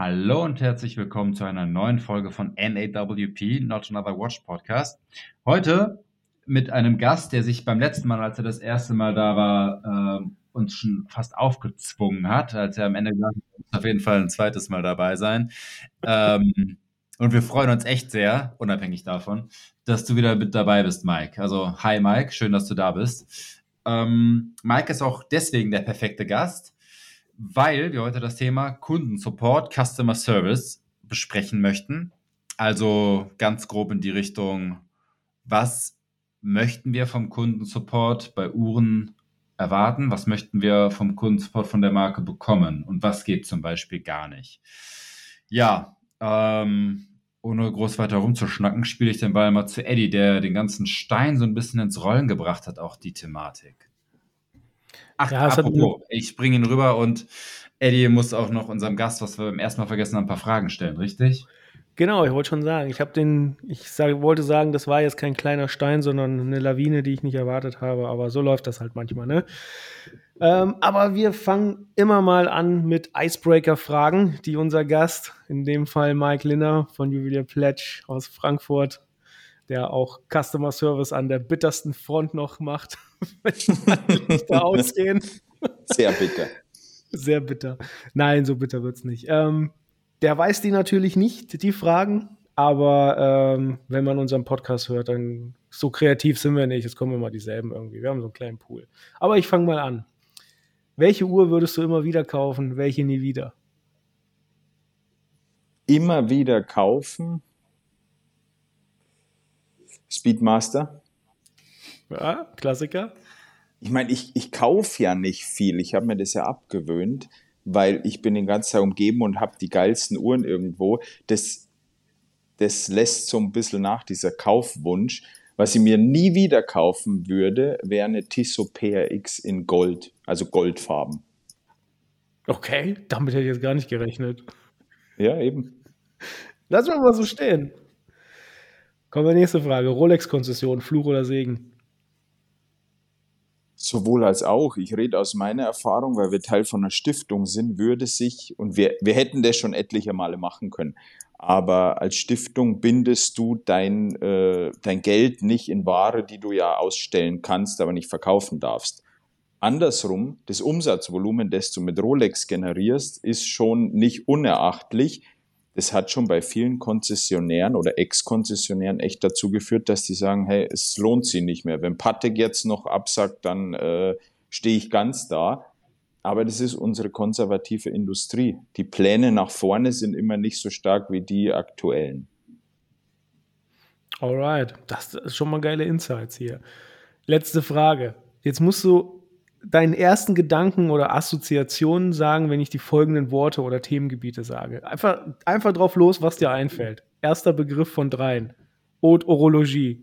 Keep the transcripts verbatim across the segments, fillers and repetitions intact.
Hallo und herzlich willkommen zu einer neuen Folge von N A W P, Not Another Watch Podcast. Heute mit einem Gast, der sich beim letzten Mal, als er das erste Mal da war, äh, uns schon fast aufgezwungen hat, als er am Ende gesagt hat, er muss auf jeden Fall ein zweites Mal dabei sein. Ähm, und wir freuen uns echt sehr, unabhängig davon, dass du wieder mit dabei bist, Mike. Also, hi Mike, schön, dass du da bist. Ähm, Mike ist auch deswegen der perfekte Gast, weil wir heute das Thema Kundensupport, Customer Service besprechen möchten. Also ganz grob in die Richtung, was möchten wir vom Kundensupport bei Uhren erwarten? Was möchten wir vom Kundensupport von der Marke bekommen? Und was geht zum Beispiel gar nicht? Ja, ähm, ohne groß weiter rumzuschnacken, spiele ich den Ball mal zu Eddie, der den ganzen Stein so ein bisschen ins Rollen gebracht hat, auch die Thematik. Ach, Ja, es hat apropos, ich bringe ihn rüber und Eddie muss auch noch unserem Gast, was wir beim ersten Mal vergessen haben, ein paar Fragen stellen, richtig? genau, ich wollte schon sagen, ich habe den, ich sag, wollte sagen, das war jetzt kein kleiner Stein, sondern eine Lawine, die ich nicht erwartet habe, aber so läuft das halt manchmal, ne? Ähm, aber wir fangen immer mal an mit Icebreaker-Fragen, die unser Gast, in dem Fall Mike Linner von Juwelier Pledge aus Frankfurt, der auch Customer Service an der bittersten Front noch macht, wenn die Lichter ausgehen. Sehr bitter. Sehr bitter. Nein, so bitter wird's nicht. Ähm, der weiß die natürlich nicht, die Fragen, aber ähm, wenn man unseren Podcast hört, dann so kreativ sind wir nicht. Es kommen immer dieselben irgendwie. Wir haben so einen kleinen Pool. Aber ich fange mal an. Welche Uhr würdest du immer wieder kaufen, welche nie wieder? Immer wieder kaufen. Speedmaster. Ja, Klassiker. Ich meine, ich, ich kaufe ja nicht viel. Ich habe mir das ja abgewöhnt, weil ich bin den ganzen Tag umgeben und habe die geilsten Uhren irgendwo. Das, das lässt so ein bisschen nach, dieser Kaufwunsch. Was ich mir nie wieder kaufen würde, wäre eine Tissot P R X in Gold, also Goldfarben. Okay, damit hätte ich jetzt gar nicht gerechnet. Ja, eben. Lass mal mal so stehen. Kommen wir nächste Frage. Rolex-Konzession, Fluch oder Segen? Sowohl als auch. Ich rede aus meiner Erfahrung, weil wir Teil von einer Stiftung sind, würde sich, und wir, wir hätten das schon etliche Male machen können, aber als Stiftung bindest du dein, äh, dein Geld nicht in Ware, die du ja ausstellen kannst, aber nicht verkaufen darfst. Andersrum, das Umsatzvolumen, das du mit Rolex generierst, ist schon nicht unerachlich. Das hat schon bei vielen Konzessionären oder Ex-Konzessionären echt dazu geführt, dass die sagen, hey, es lohnt sich nicht mehr. Wenn Patek jetzt noch absagt, dann äh, stehe ich ganz da. Aber das ist unsere konservative Industrie. Die Pläne nach vorne sind immer nicht so stark wie die aktuellen. Alright, das ist schon mal geile Insights hier. Letzte Frage. Jetzt musst du deinen ersten Gedanken oder Assoziationen sagen, wenn ich die folgenden Worte oder Themengebiete sage. Einfach, einfach drauf los, was dir einfällt. Erster Begriff von dreien. Haute Horologie.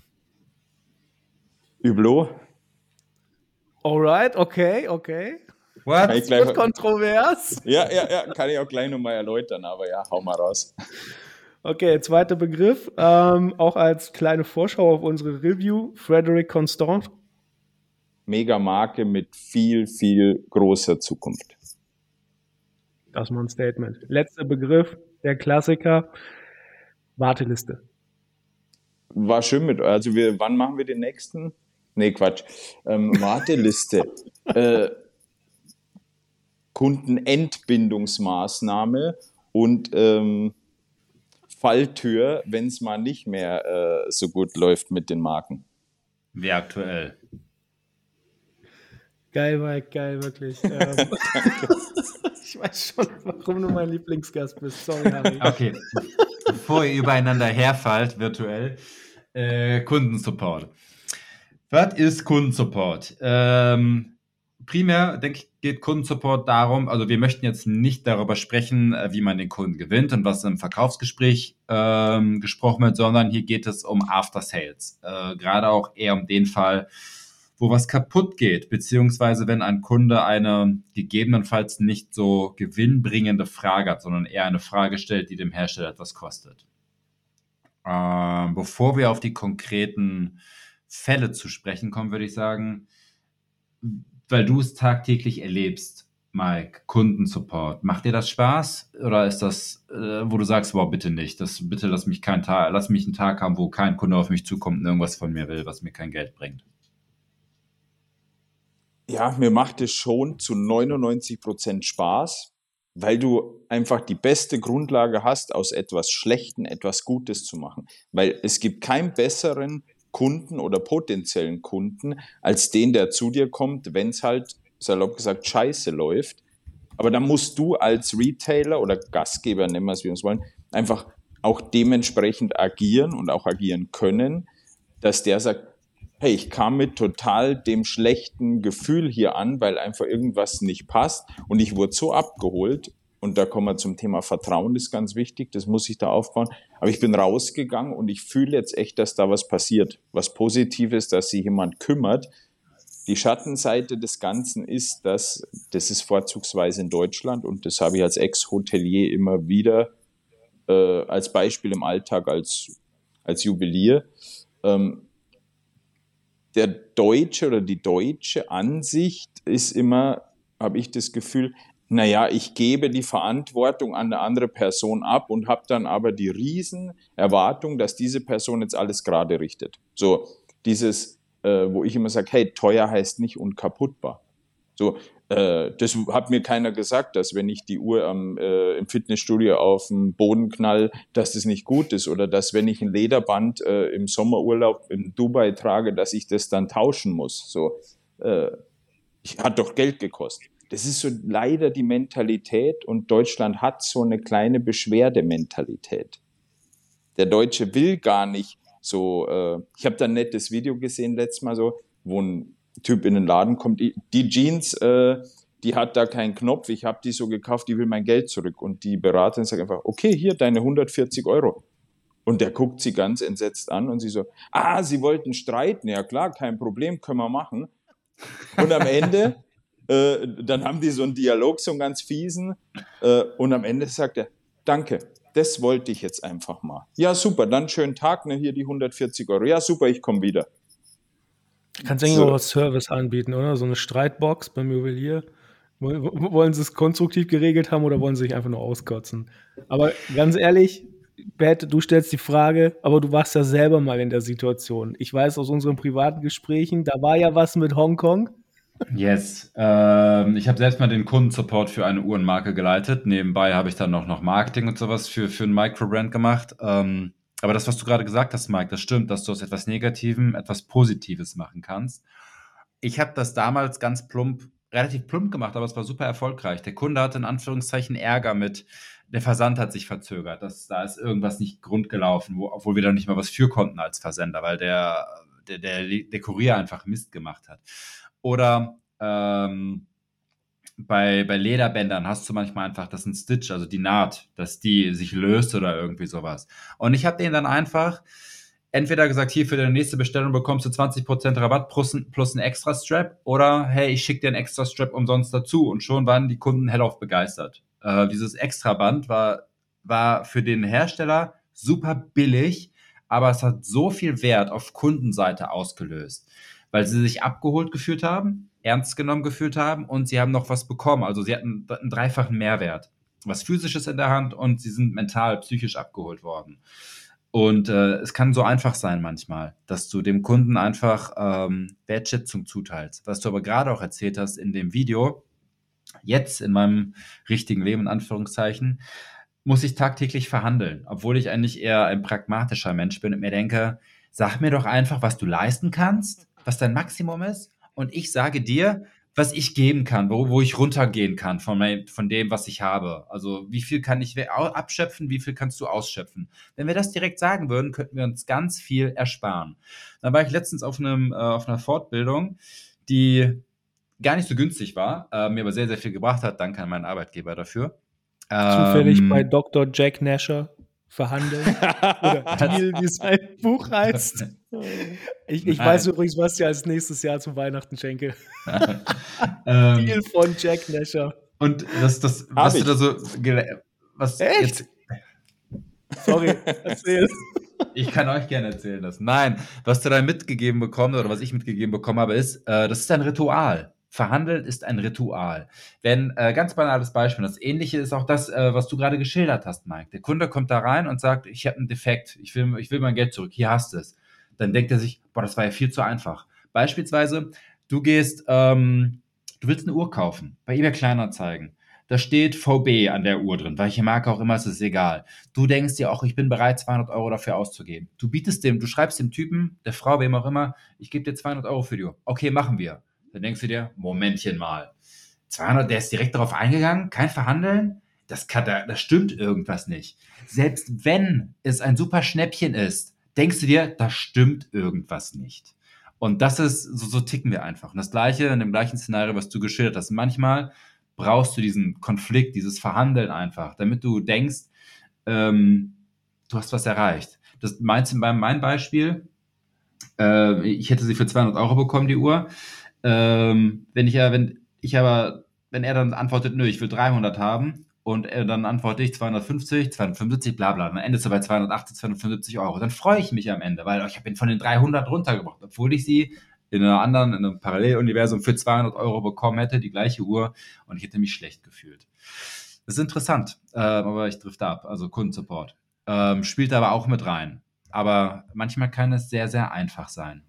Hublot? Alright, okay, okay. What? Kann ich Das gleich wird mal, kontrovers. ja, ja, ja, kann ich auch gleich nochmal erläutern, aber ja, hau mal raus. Okay, zweiter Begriff, ähm, auch als kleine Vorschau auf unsere Review, Frederic Constant. Mega-Marke mit viel, viel großer Zukunft. Das ist mal ein Statement. Letzter Begriff, der Klassiker, Warteliste. War schön mit, also wir, wann machen wir den nächsten? Nee, Quatsch. Ähm, Warteliste. äh, Kundenentbindungsmaßnahme und ähm, Falltür, wenn es mal nicht mehr äh, so gut läuft mit den Marken. Wie aktuell. Geil, Mike, geil, wirklich. Ähm, ich weiß schon, warum du mein Lieblingsgast bist. Sorry, Harry. Okay, bevor ihr übereinander herfallt, virtuell, äh, Kundensupport. Was ist Kundensupport? Ähm, primär, denke ich, geht Kundensupport darum, also wir möchten jetzt nicht darüber sprechen, wie man den Kunden gewinnt und was im Verkaufsgespräch ähm, gesprochen wird, sondern hier geht es um After Sales. Äh, gerade auch eher um den Fall, wo was kaputt geht, beziehungsweise wenn ein Kunde eine gegebenenfalls nicht so gewinnbringende Frage hat, sondern eher eine Frage stellt, die dem Hersteller etwas kostet. Ähm, bevor wir auf die konkreten Fälle zu sprechen kommen, würde ich sagen, weil du es tagtäglich erlebst, Mike, Kundensupport, macht dir das Spaß oder ist das, äh, wo du sagst, wow, bitte nicht, das, bitte lass mich keinen Tag, lass mich einen Tag haben, wo kein Kunde auf mich zukommt und irgendwas von mir will, was mir kein Geld bringt? Ja, mir macht es schon zu neunundneunzig Prozent Spaß, weil du einfach die beste Grundlage hast, aus etwas Schlechten etwas Gutes zu machen. Weil es gibt keinen besseren Kunden oder potenziellen Kunden als den, der zu dir kommt, wenn es halt, salopp gesagt, scheiße läuft. Aber dann musst du als Retailer oder Gastgeber, nennen wir es, wie wir uns wollen, einfach auch dementsprechend agieren und auch agieren können, dass der sagt, hey, ich kam mit total dem schlechten Gefühl hier an, weil einfach irgendwas nicht passt und ich wurde so abgeholt. Und da kommen wir zum Thema Vertrauen, das ist ganz wichtig, das muss ich da aufbauen. Aber ich bin rausgegangen und ich fühle jetzt echt, dass da was passiert, was Positives, dass sich jemand kümmert. Die Schattenseite des Ganzen ist, dass, das ist vorzugsweise in Deutschland und das habe ich als Ex-Hotelier immer wieder äh, als Beispiel im Alltag, als, als Juwelier. Ähm, der Deutsche oder die deutsche Ansicht ist immer, habe ich das Gefühl, naja, ich gebe die Verantwortung an eine andere Person ab und habe dann aber die Riesenerwartung, dass diese Person jetzt alles gerade richtet. So dieses, äh, wo ich immer sage, hey, teuer heißt nicht unkaputtbar. So, äh, das hat mir keiner gesagt, dass wenn ich die Uhr am, äh, im Fitnessstudio auf den Boden knall, dass das nicht gut ist oder dass wenn ich ein Lederband äh, im Sommerurlaub in Dubai trage, dass ich das dann tauschen muss. So, äh, hat doch Geld gekostet. Das ist so leider die Mentalität und Deutschland hat so eine kleine Beschwerdementalität. Der Deutsche will gar nicht so, äh, ich habe da ein nettes Video gesehen letztes Mal so, wo ein Typ in den Laden kommt, die, die Jeans, äh, die hat da keinen Knopf, ich habe die so gekauft, die will mein Geld zurück. Und die Beraterin sagt einfach, okay, hier, deine hundertvierzig Euro. Und der guckt sie ganz entsetzt an und sie so, ah, Sie wollten streiten, ja klar, kein Problem, können wir machen. Und am Ende, äh, dann haben die so einen Dialog, so einen ganz fiesen, äh, und am Ende sagt er, danke, das wollte ich jetzt einfach mal. Ja, super, dann schönen Tag, ne, hier die hundertvierzig Euro. Ja, super, ich komme wieder. Kannst du eigentlich so auch was Service anbieten, oder? So eine Streitbox beim Juwelier. Wollen sie es konstruktiv geregelt haben oder wollen sie sich einfach nur auskotzen? Aber ganz ehrlich, Bert, du stellst die Frage, aber du warst ja selber mal in der Situation. Ich weiß aus unseren privaten Gesprächen, da war ja was mit Hongkong. Yes. Ähm, ich habe selbst mal den Kundensupport für eine Uhrenmarke geleitet. Nebenbei habe ich dann noch, noch Marketing und sowas für, für einen Microbrand gemacht. Ähm, aber das, was du gerade gesagt hast, Mike, das stimmt, dass du aus etwas Negativem etwas Positives machen kannst. Ich habe das damals ganz plump, relativ plump gemacht, aber es war super erfolgreich. Der Kunde hatte in Anführungszeichen Ärger mit, der Versand hat sich verzögert. Das, da ist irgendwas nicht grundgelaufen, wo, obwohl wir da nicht mal was für konnten als Versender, weil der, der, der, der Kurier einfach Mist gemacht hat. Oder ähm, bei, bei Lederbändern hast du manchmal einfach, das ist ein Stitch, also die Naht, dass die sich löst oder irgendwie sowas. Und ich habe denen dann einfach entweder gesagt, hier für deine nächste Bestellung bekommst du zwanzig Prozent Rabatt plus, plus einen extra Strap oder hey, ich schicke dir einen extra Strap umsonst dazu. Und schon waren die Kunden hellauf begeistert. Äh, dieses Extraband war, war für den Hersteller super billig, aber es hat so viel Wert auf Kundenseite ausgelöst, weil sie sich abgeholt gefühlt haben, ernst genommen gefühlt haben und sie haben noch was bekommen. Also sie hatten einen dreifachen Mehrwert. Was Physisches in der Hand und sie sind mental, psychisch abgeholt worden. Und äh, es kann so einfach sein manchmal, dass du dem Kunden einfach ähm, Wertschätzung zuteilst. Was du aber gerade auch erzählt hast in dem Video, jetzt in meinem richtigen Leben, in Anführungszeichen, muss ich tagtäglich verhandeln, obwohl ich eigentlich eher ein pragmatischer Mensch bin und mir denke, sag mir doch einfach, was du leisten kannst, was dein Maximum ist und ich sage dir, was ich geben kann, wo, wo ich runtergehen kann von, mein, von dem, was ich habe. Also wie viel kann ich abschöpfen, wie viel kannst du ausschöpfen. Wenn wir das direkt sagen würden, könnten wir uns ganz viel ersparen. Dann war ich letztens auf, einem, äh, auf einer Fortbildung, die gar nicht so günstig war, äh, mir aber sehr, sehr viel gebracht hat. Danke an meinen Arbeitgeber dafür. Zufällig Ähm, bei Doktor Jack Nasher verhandeln. Oder Deal, wie sein Buch heißt. Ich, ich weiß übrigens, was ich als nächstes Jahr zu Weihnachten schenke. ähm, Deal von Jack Nasher. Und das, das was du da so. Was Echt? Jetzt, Sorry, erzähl. Ich kann euch gerne erzählen das. Nein, was du da mitgegeben bekommst oder was ich mitgegeben bekommen habe, ist, äh, das ist ein Ritual. Verhandeln ist ein Ritual. Wenn, äh, ganz banales Beispiel, das Ähnliche ist auch das, äh, was du gerade geschildert hast, Mike. Der Kunde kommt da rein und sagt, ich habe einen Defekt, ich will, ich will mein Geld zurück, hier hast du es. Dann denkt er sich, boah, das war ja viel zu einfach. Beispielsweise, du gehst, ähm, du willst eine Uhr kaufen, bei eBay Kleinanzeigen. Da steht V B an der Uhr drin, welche Marke auch immer, ist es egal. Du denkst dir auch, ich bin bereit, zweihundert Euro dafür auszugeben. Du bietest dem, du schreibst dem Typen, der Frau, wem auch immer, ich gebe dir zweihundert Euro für die Uhr. Okay, machen wir. Dann denkst du dir, Momentchen mal. zweihundert, der ist direkt darauf eingegangen, kein Verhandeln? Das, kann, da, das stimmt irgendwas nicht. Selbst wenn es ein super Schnäppchen ist, denkst du dir, da stimmt irgendwas nicht. Und das ist, so, so ticken wir einfach. Und das Gleiche, in dem gleichen Szenario, was du geschildert hast. Manchmal brauchst du diesen Konflikt, dieses Verhandeln einfach, damit du denkst, ähm, du hast was erreicht. Das meinst du bei meinem Beispiel, äh, ich hätte sie für zweihundert Euro bekommen, die Uhr. Ähm, wenn ich ja, wenn ich aber, wenn er dann antwortet, nö, ich will dreihundert haben, und er dann antworte ich zweihundertfünfzig, zweihundertfünfundsiebzig, bla bla, dann endest du bei zweihundertachtzig, zweihundertfünfundsiebzig Euro. Dann freue ich mich am Ende, weil ich habe ihn von den dreihundert runtergebracht, obwohl ich sie in einer anderen, in einem Paralleluniversum für zweihundert Euro bekommen hätte, die gleiche Uhr, und ich hätte mich schlecht gefühlt. Das ist interessant, äh, aber ich drifte ab, also Kundensupport. Ähm, spielt aber auch mit rein. Aber manchmal kann es sehr, sehr einfach sein.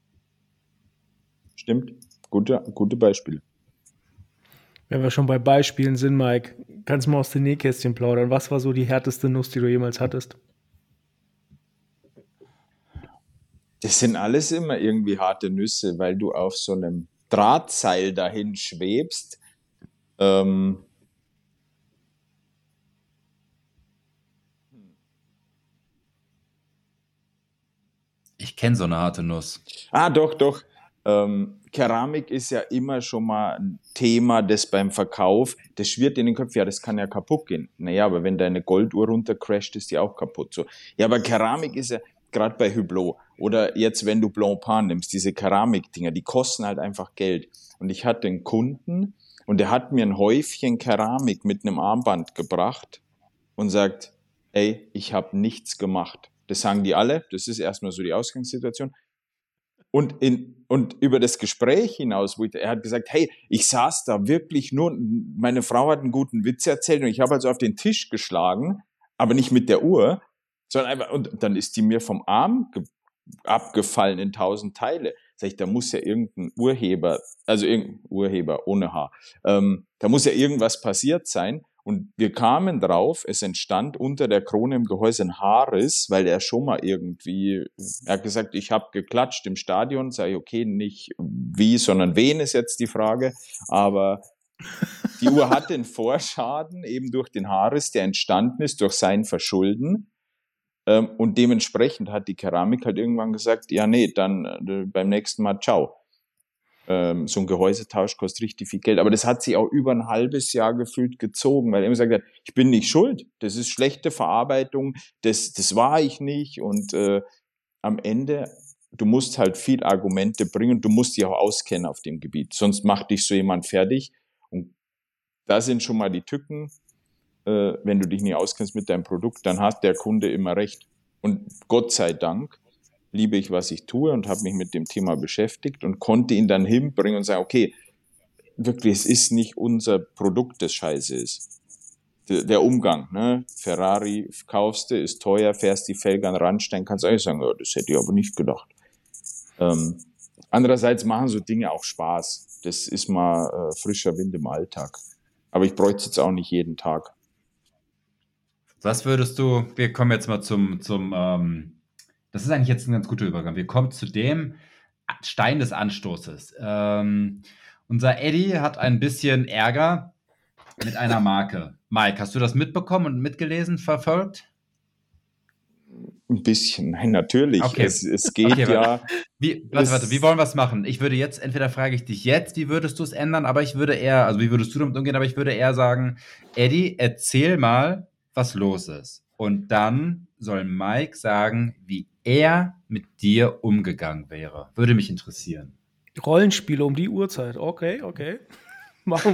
Stimmt, gute, gute Beispiele. Wenn wir schon bei Beispielen sind, Mike, kannst du mal aus dem Nähkästchen plaudern. Was war so die härteste Nuss, die du jemals hattest? Das sind alles immer irgendwie harte Nüsse, weil du auf so einem Drahtseil dahin schwebst. Ähm Ich kenne so eine harte Nuss. Ah, doch, doch. Ähm, Keramik ist ja immer schon mal ein Thema, das beim Verkauf, das schwirrt in den Köpfen, ja, das kann ja kaputt gehen. Naja, aber wenn deine Golduhr runtercrasht, ist die auch kaputt. So. Ja, aber Keramik ist ja, gerade bei Hublot, oder jetzt, wenn du Blancpain nimmst, diese Keramikdinger, die kosten halt einfach Geld. Und ich hatte einen Kunden, und der hat mir ein Häufchen Keramik mit einem Armband gebracht und sagt, ey, ich habe nichts gemacht. Das sagen die alle, das ist erstmal so die Ausgangssituation. Und, in, und über das Gespräch hinaus, wo ich, er hat gesagt, hey, ich saß da wirklich nur, meine Frau hat einen guten Witz erzählt und ich habe also auf den Tisch geschlagen, aber nicht mit der Uhr, sondern einfach, und dann ist die mir vom Arm ge- abgefallen in tausend Teile. Sag ich, da muss ja irgendein Urheber, also irgendein Urheber ohne Haar, ähm, da muss ja irgendwas passiert sein. Und wir kamen drauf, es entstand unter der Krone im Gehäuse ein Haarriss, weil er schon mal irgendwie, er hat gesagt, ich habe geklatscht im Stadion, sage ich, okay, nicht wie, sondern wen ist jetzt die Frage, aber die Uhr hatte einen Vorschaden eben durch den Haarriss, der entstanden ist durch sein Verschulden, ähm, und dementsprechend hat die Keramik halt irgendwann gesagt, ja nee, dann äh, beim nächsten Mal ciao. So ein Gehäusetausch kostet richtig viel Geld. Aber das hat sich auch über ein halbes Jahr gefühlt gezogen, weil er immer gesagt hat, ich bin nicht schuld, das ist schlechte Verarbeitung, das, das war ich nicht. Und äh, am Ende, du musst halt viel Argumente bringen und du musst dich auch auskennen auf dem Gebiet, sonst macht dich so jemand fertig. Und da sind schon mal die Tücken, äh, wenn du dich nicht auskennst mit deinem Produkt, dann hat der Kunde immer recht. Und Gott sei Dank liebe ich, was ich tue, und habe mich mit dem Thema beschäftigt und konnte ihn dann hinbringen und sagen, okay, wirklich, es ist nicht unser Produkt, das scheiße ist. Der, der Umgang, ne? Ferrari kaufst du, ist teuer, fährst die Felge an den Randstein, kannst du eigentlich sagen, ja, das hätte ich aber nicht gedacht. Ähm, andererseits machen so Dinge auch Spaß. Das ist mal äh, frischer Wind im Alltag. Aber ich bräuchte es jetzt auch nicht jeden Tag. Was würdest du, wir kommen jetzt mal zum, zum ähm das ist eigentlich jetzt ein ganz guter Übergang. Wir kommen zu dem Stein des Anstoßes. Ähm, unser Eddie hat ein bisschen Ärger mit einer Marke. Mike, hast du das mitbekommen und mitgelesen, verfolgt? Ein bisschen, nein, natürlich. Okay. Es, es geht okay, ja. Warte, wie, warte, warte, wie wollen wir es machen? Ich würde jetzt, entweder frage ich dich jetzt, wie würdest du es ändern, aber ich würde eher, also wie würdest du damit umgehen, aber ich würde eher sagen, Eddie, erzähl mal, was los ist. Und dann soll Mike sagen, wie er mit dir umgegangen wäre. Würde mich interessieren. Rollenspiele um die Uhrzeit. Okay, okay. Machen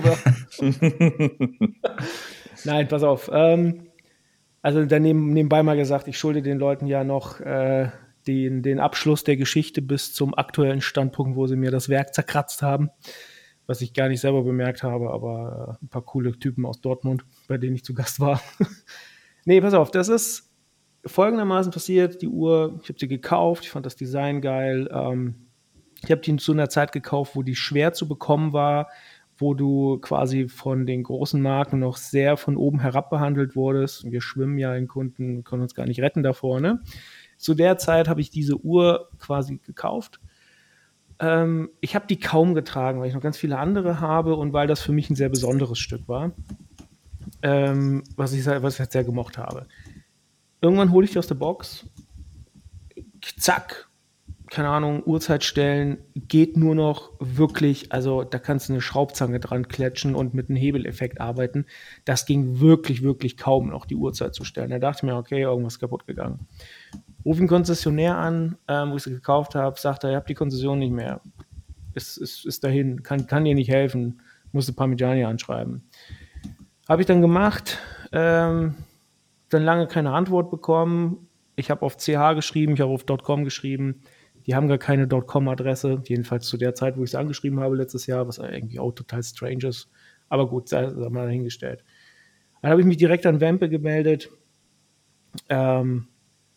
wir. Nein, pass auf. Ähm, also daneben, nebenbei mal gesagt, ich schulde den Leuten ja noch äh, den, den Abschluss der Geschichte bis zum aktuellen Standpunkt, wo sie mir das Werk zerkratzt haben. was ich gar nicht selber bemerkt habe, aber äh, ein paar coole Typen aus Dortmund, bei denen ich zu Gast war. Nee, pass auf, das ist folgendermaßen passiert. Die Uhr, ich habe sie gekauft, ich fand das Design geil. Ähm, ich habe die zu einer Zeit gekauft, wo die schwer zu bekommen war, wo du quasi von den großen Marken noch sehr von oben herab behandelt wurdest. Wir schwimmen ja in Kunden, können uns gar nicht retten davor, ne? Zu der Zeit habe ich diese Uhr quasi gekauft. Ähm, ich habe die kaum getragen, weil ich noch ganz viele andere habe und weil das für mich ein sehr besonderes Stück war, ähm, was, ich, was ich halt sehr gemocht habe. Irgendwann hole ich die aus der Box, zack, keine Ahnung, Uhrzeit stellen, geht nur noch wirklich, also da kannst du eine Schraubzange dran klatschen und mit einem Hebeleffekt arbeiten. Das ging wirklich, wirklich kaum noch, die Uhrzeit zu stellen. Da dachte ich mir, okay, irgendwas ist kaputt gegangen. Ruf einen Konzessionär an, ähm, wo ich sie gekauft habe, sagt er, ihr habt die Konzession nicht mehr. Ist, ist, ist dahin, kann, kann dir nicht helfen, musste Parmigiani anschreiben. Habe ich dann gemacht, ähm, dann lange keine Antwort bekommen. Ich habe auf C H geschrieben, ich habe auf .com geschrieben. Die haben gar keine .com-Adresse, jedenfalls zu der Zeit, wo ich es angeschrieben habe letztes Jahr, was irgendwie auch total strange ist. Aber gut, sei, sei mal dahingestellt. Dann habe ich mich direkt an Wempe gemeldet. Ähm,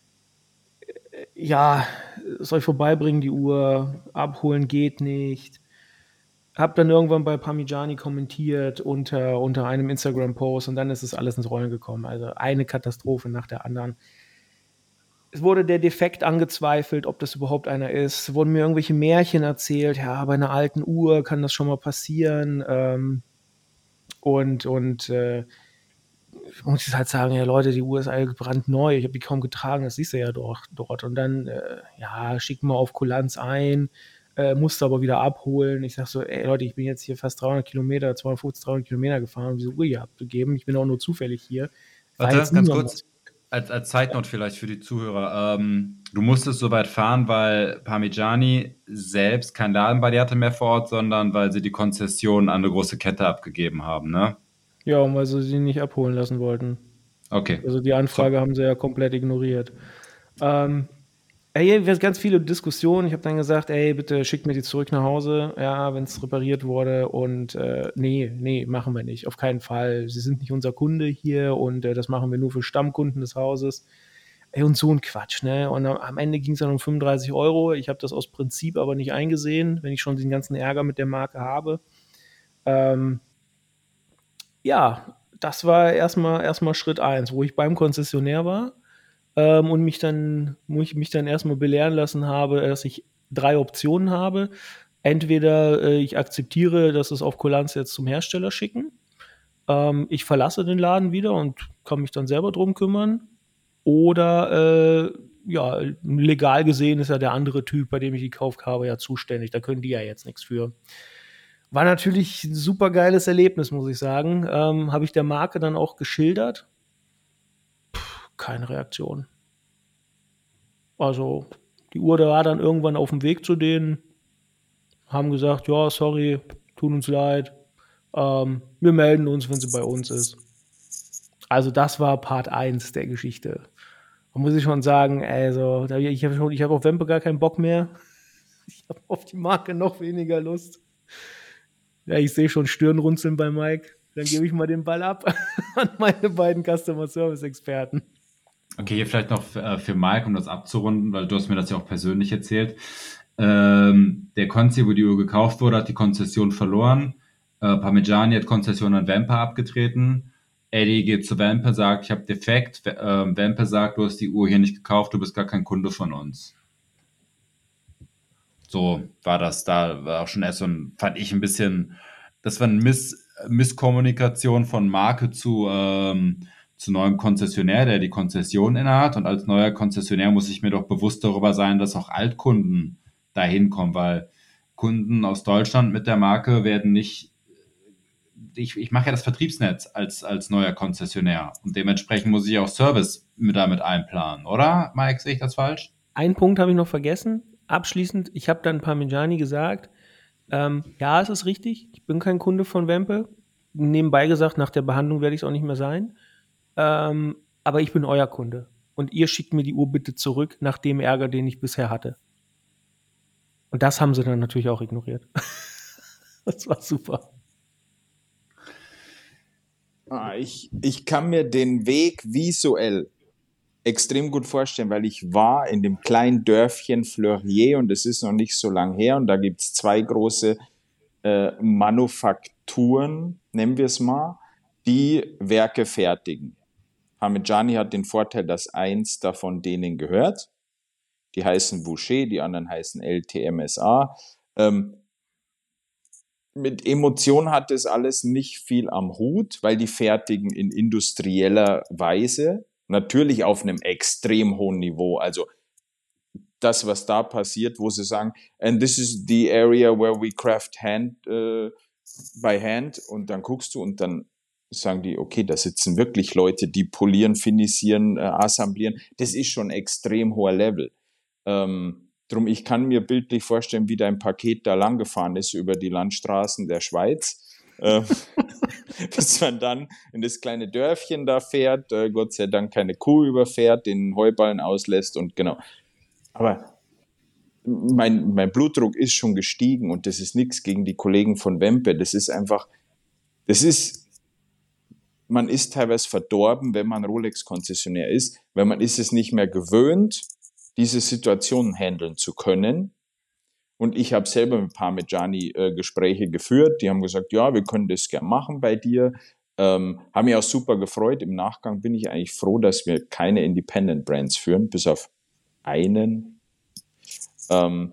ja, soll ich vorbeibringen, die Uhr, abholen geht nicht. Hab dann irgendwann bei Parmigiani kommentiert unter, unter einem Instagram-Post und dann ist es alles ins Rollen gekommen. Also eine Katastrophe nach der anderen. Es wurde der Defekt angezweifelt, ob das überhaupt einer ist. Es wurden mir irgendwelche Märchen erzählt. Ja, bei einer alten Uhr kann das schon mal passieren. Ähm, und und äh, ich muss halt sagen, ja Leute, die Uhr ist eigentlich brandneu. Ich habe die kaum getragen, das siehst du ja doch, dort. Und dann, äh, ja, schick mal auf Kulanz ein, äh, musste aber wieder abholen. Ich sag so, ey Leute, ich bin jetzt hier fast dreihundert Kilometer, zweihundertfünfzig, dreihundert Kilometer gefahren, um diese Uhr hier abzugeben. Ich bin auch nur zufällig hier. War Warte, jetzt ganz niemand kurz, als, als Side Note vielleicht für die Zuhörer. Ähm, du musstest so weit fahren, weil Parmigiani selbst keinen Laden bei dir hatte mehr vor Ort, sondern weil sie die Konzession an eine große Kette abgegeben haben, ne? Ja, und weil sie sie nicht abholen lassen wollten. Okay. Also die Anfrage So. haben sie ja komplett ignoriert. Ähm, ey, wir hatten ganz viele Diskussionen. Ich habe dann gesagt, ey, bitte schickt mir die zurück nach Hause, ja, wenn es repariert wurde. Und äh, nee, nee, machen wir nicht. Auf keinen Fall. Sie sind nicht unser Kunde hier und äh, das machen wir nur für Stammkunden des Hauses. Ey, und so ein Quatsch, ne? Und am Ende ging es dann um fünfunddreißig Euro. Ich habe das aus Prinzip aber nicht eingesehen, wenn ich schon den ganzen Ärger mit der Marke habe. Ähm, ja, das war erstmal erstmal Schritt eins, wo ich beim Konzessionär war ähm, und mich dann, wo ich mich dann erstmal belehren lassen habe, dass ich drei Optionen habe. Entweder äh, ich akzeptiere, dass es auf Kulanz jetzt zum Hersteller schicken. Ähm, ich verlasse den Laden wieder und kann mich dann selber drum kümmern. Oder äh, ja, legal gesehen ist ja der andere Typ, bei dem ich gekauft habe, ja zuständig. Da können die ja jetzt nichts für. War natürlich ein super geiles Erlebnis, muss ich sagen. Ähm, habe ich der Marke dann auch geschildert. Puh, keine Reaktion. Also die Uhr war dann irgendwann auf dem Weg zu denen, haben gesagt, ja, sorry, tut uns leid. Ähm, wir melden uns, wenn sie bei uns ist. Also das war Part eins der Geschichte. Da muss ich schon sagen, also ich habe schon, ich habe auf Wempe gar keinen Bock mehr. Ich habe auf die Marke noch weniger Lust. Ja, ich sehe schon Stirnrunzeln bei Mike. Dann gebe ich mal den Ball ab an meine beiden Customer Service Experten. Okay, hier vielleicht noch für, äh, für Mike, um das abzurunden, weil du hast mir das ja auch persönlich erzählt. Ähm, der Konzi, wo die Uhr gekauft wurde, hat die Konzession verloren. Äh, Parmigiani hat Konzession an Wempe abgetreten. Eddie geht zu Wempe, sagt, ich habe defekt. W- äh, Wempe sagt, du hast die Uhr hier nicht gekauft, du bist gar kein Kunde von uns. So war das. Da war auch schon erst so ein, fand ich ein bisschen, das war eine Miss, Misskommunikation von Marke zu, ähm, zu neuem Konzessionär, der die Konzession innehat. Und als neuer Konzessionär muss ich mir doch bewusst darüber sein, dass auch Altkunden da hinkommen, weil Kunden aus Deutschland mit der Marke werden nicht, ich, ich mache ja das Vertriebsnetz als, als neuer Konzessionär und dementsprechend muss ich auch Service mit damit einplanen, oder? Mike, sehe ich das falsch? Einen Punkt habe ich noch vergessen. Abschließend, ich habe dann Parmigiani gesagt, ähm, ja, es ist richtig, ich bin kein Kunde von Wempe. Nebenbei gesagt, nach der Behandlung werde ich es auch nicht mehr sein. Ähm, aber ich bin euer Kunde. Und ihr schickt mir die Uhr bitte zurück nach dem Ärger, den ich bisher hatte. Und das haben sie dann natürlich auch ignoriert. Das war super. Ah, ich, ich kann mir den Weg visuell extrem gut vorstellen, weil ich war in dem kleinen Dörfchen Fleurier und es ist noch nicht so lang her und da gibt es zwei große äh, Manufakturen, nennen wir es mal, die Werke fertigen. Parmigiani hat den Vorteil, dass eins davon denen gehört. Die heißen Boucher, die anderen heißen L T M S A. Ähm, mit Emotion hat das alles nicht viel am Hut, weil die fertigen in industrieller Weise, natürlich auf einem extrem hohen Niveau. Also das, was da passiert, wo sie sagen, and this is the area where we craft hand uh, by hand, und dann guckst du und dann sagen die, okay, da sitzen wirklich Leute, die polieren, finisieren, äh, assemblieren. Das ist schon extrem hoher Level. Ähm, drum, ich kann mir bildlich vorstellen, wie dein Paket da lang gefahren ist über die Landstraßen der Schweiz. Äh, bis man dann in das kleine Dörfchen da fährt, äh, Gott sei Dank keine Kuh überfährt, den Heuballen auslässt und genau. Aber mein, mein Blutdruck ist schon gestiegen und das ist nichts gegen die Kollegen von Wempe. Das ist einfach, das ist, man ist teilweise verdorben, wenn man Rolex-Konzessionär ist, weil man ist es nicht mehr gewöhnt, diese Situationen handeln zu können. Und ich habe selber mit Parmigiani äh, Gespräche geführt. Die haben gesagt, ja, wir können das gerne machen bei dir. Ähm, haben mich auch super gefreut. Im Nachgang bin ich eigentlich froh, dass wir keine Independent Brands führen, bis auf einen. Ähm,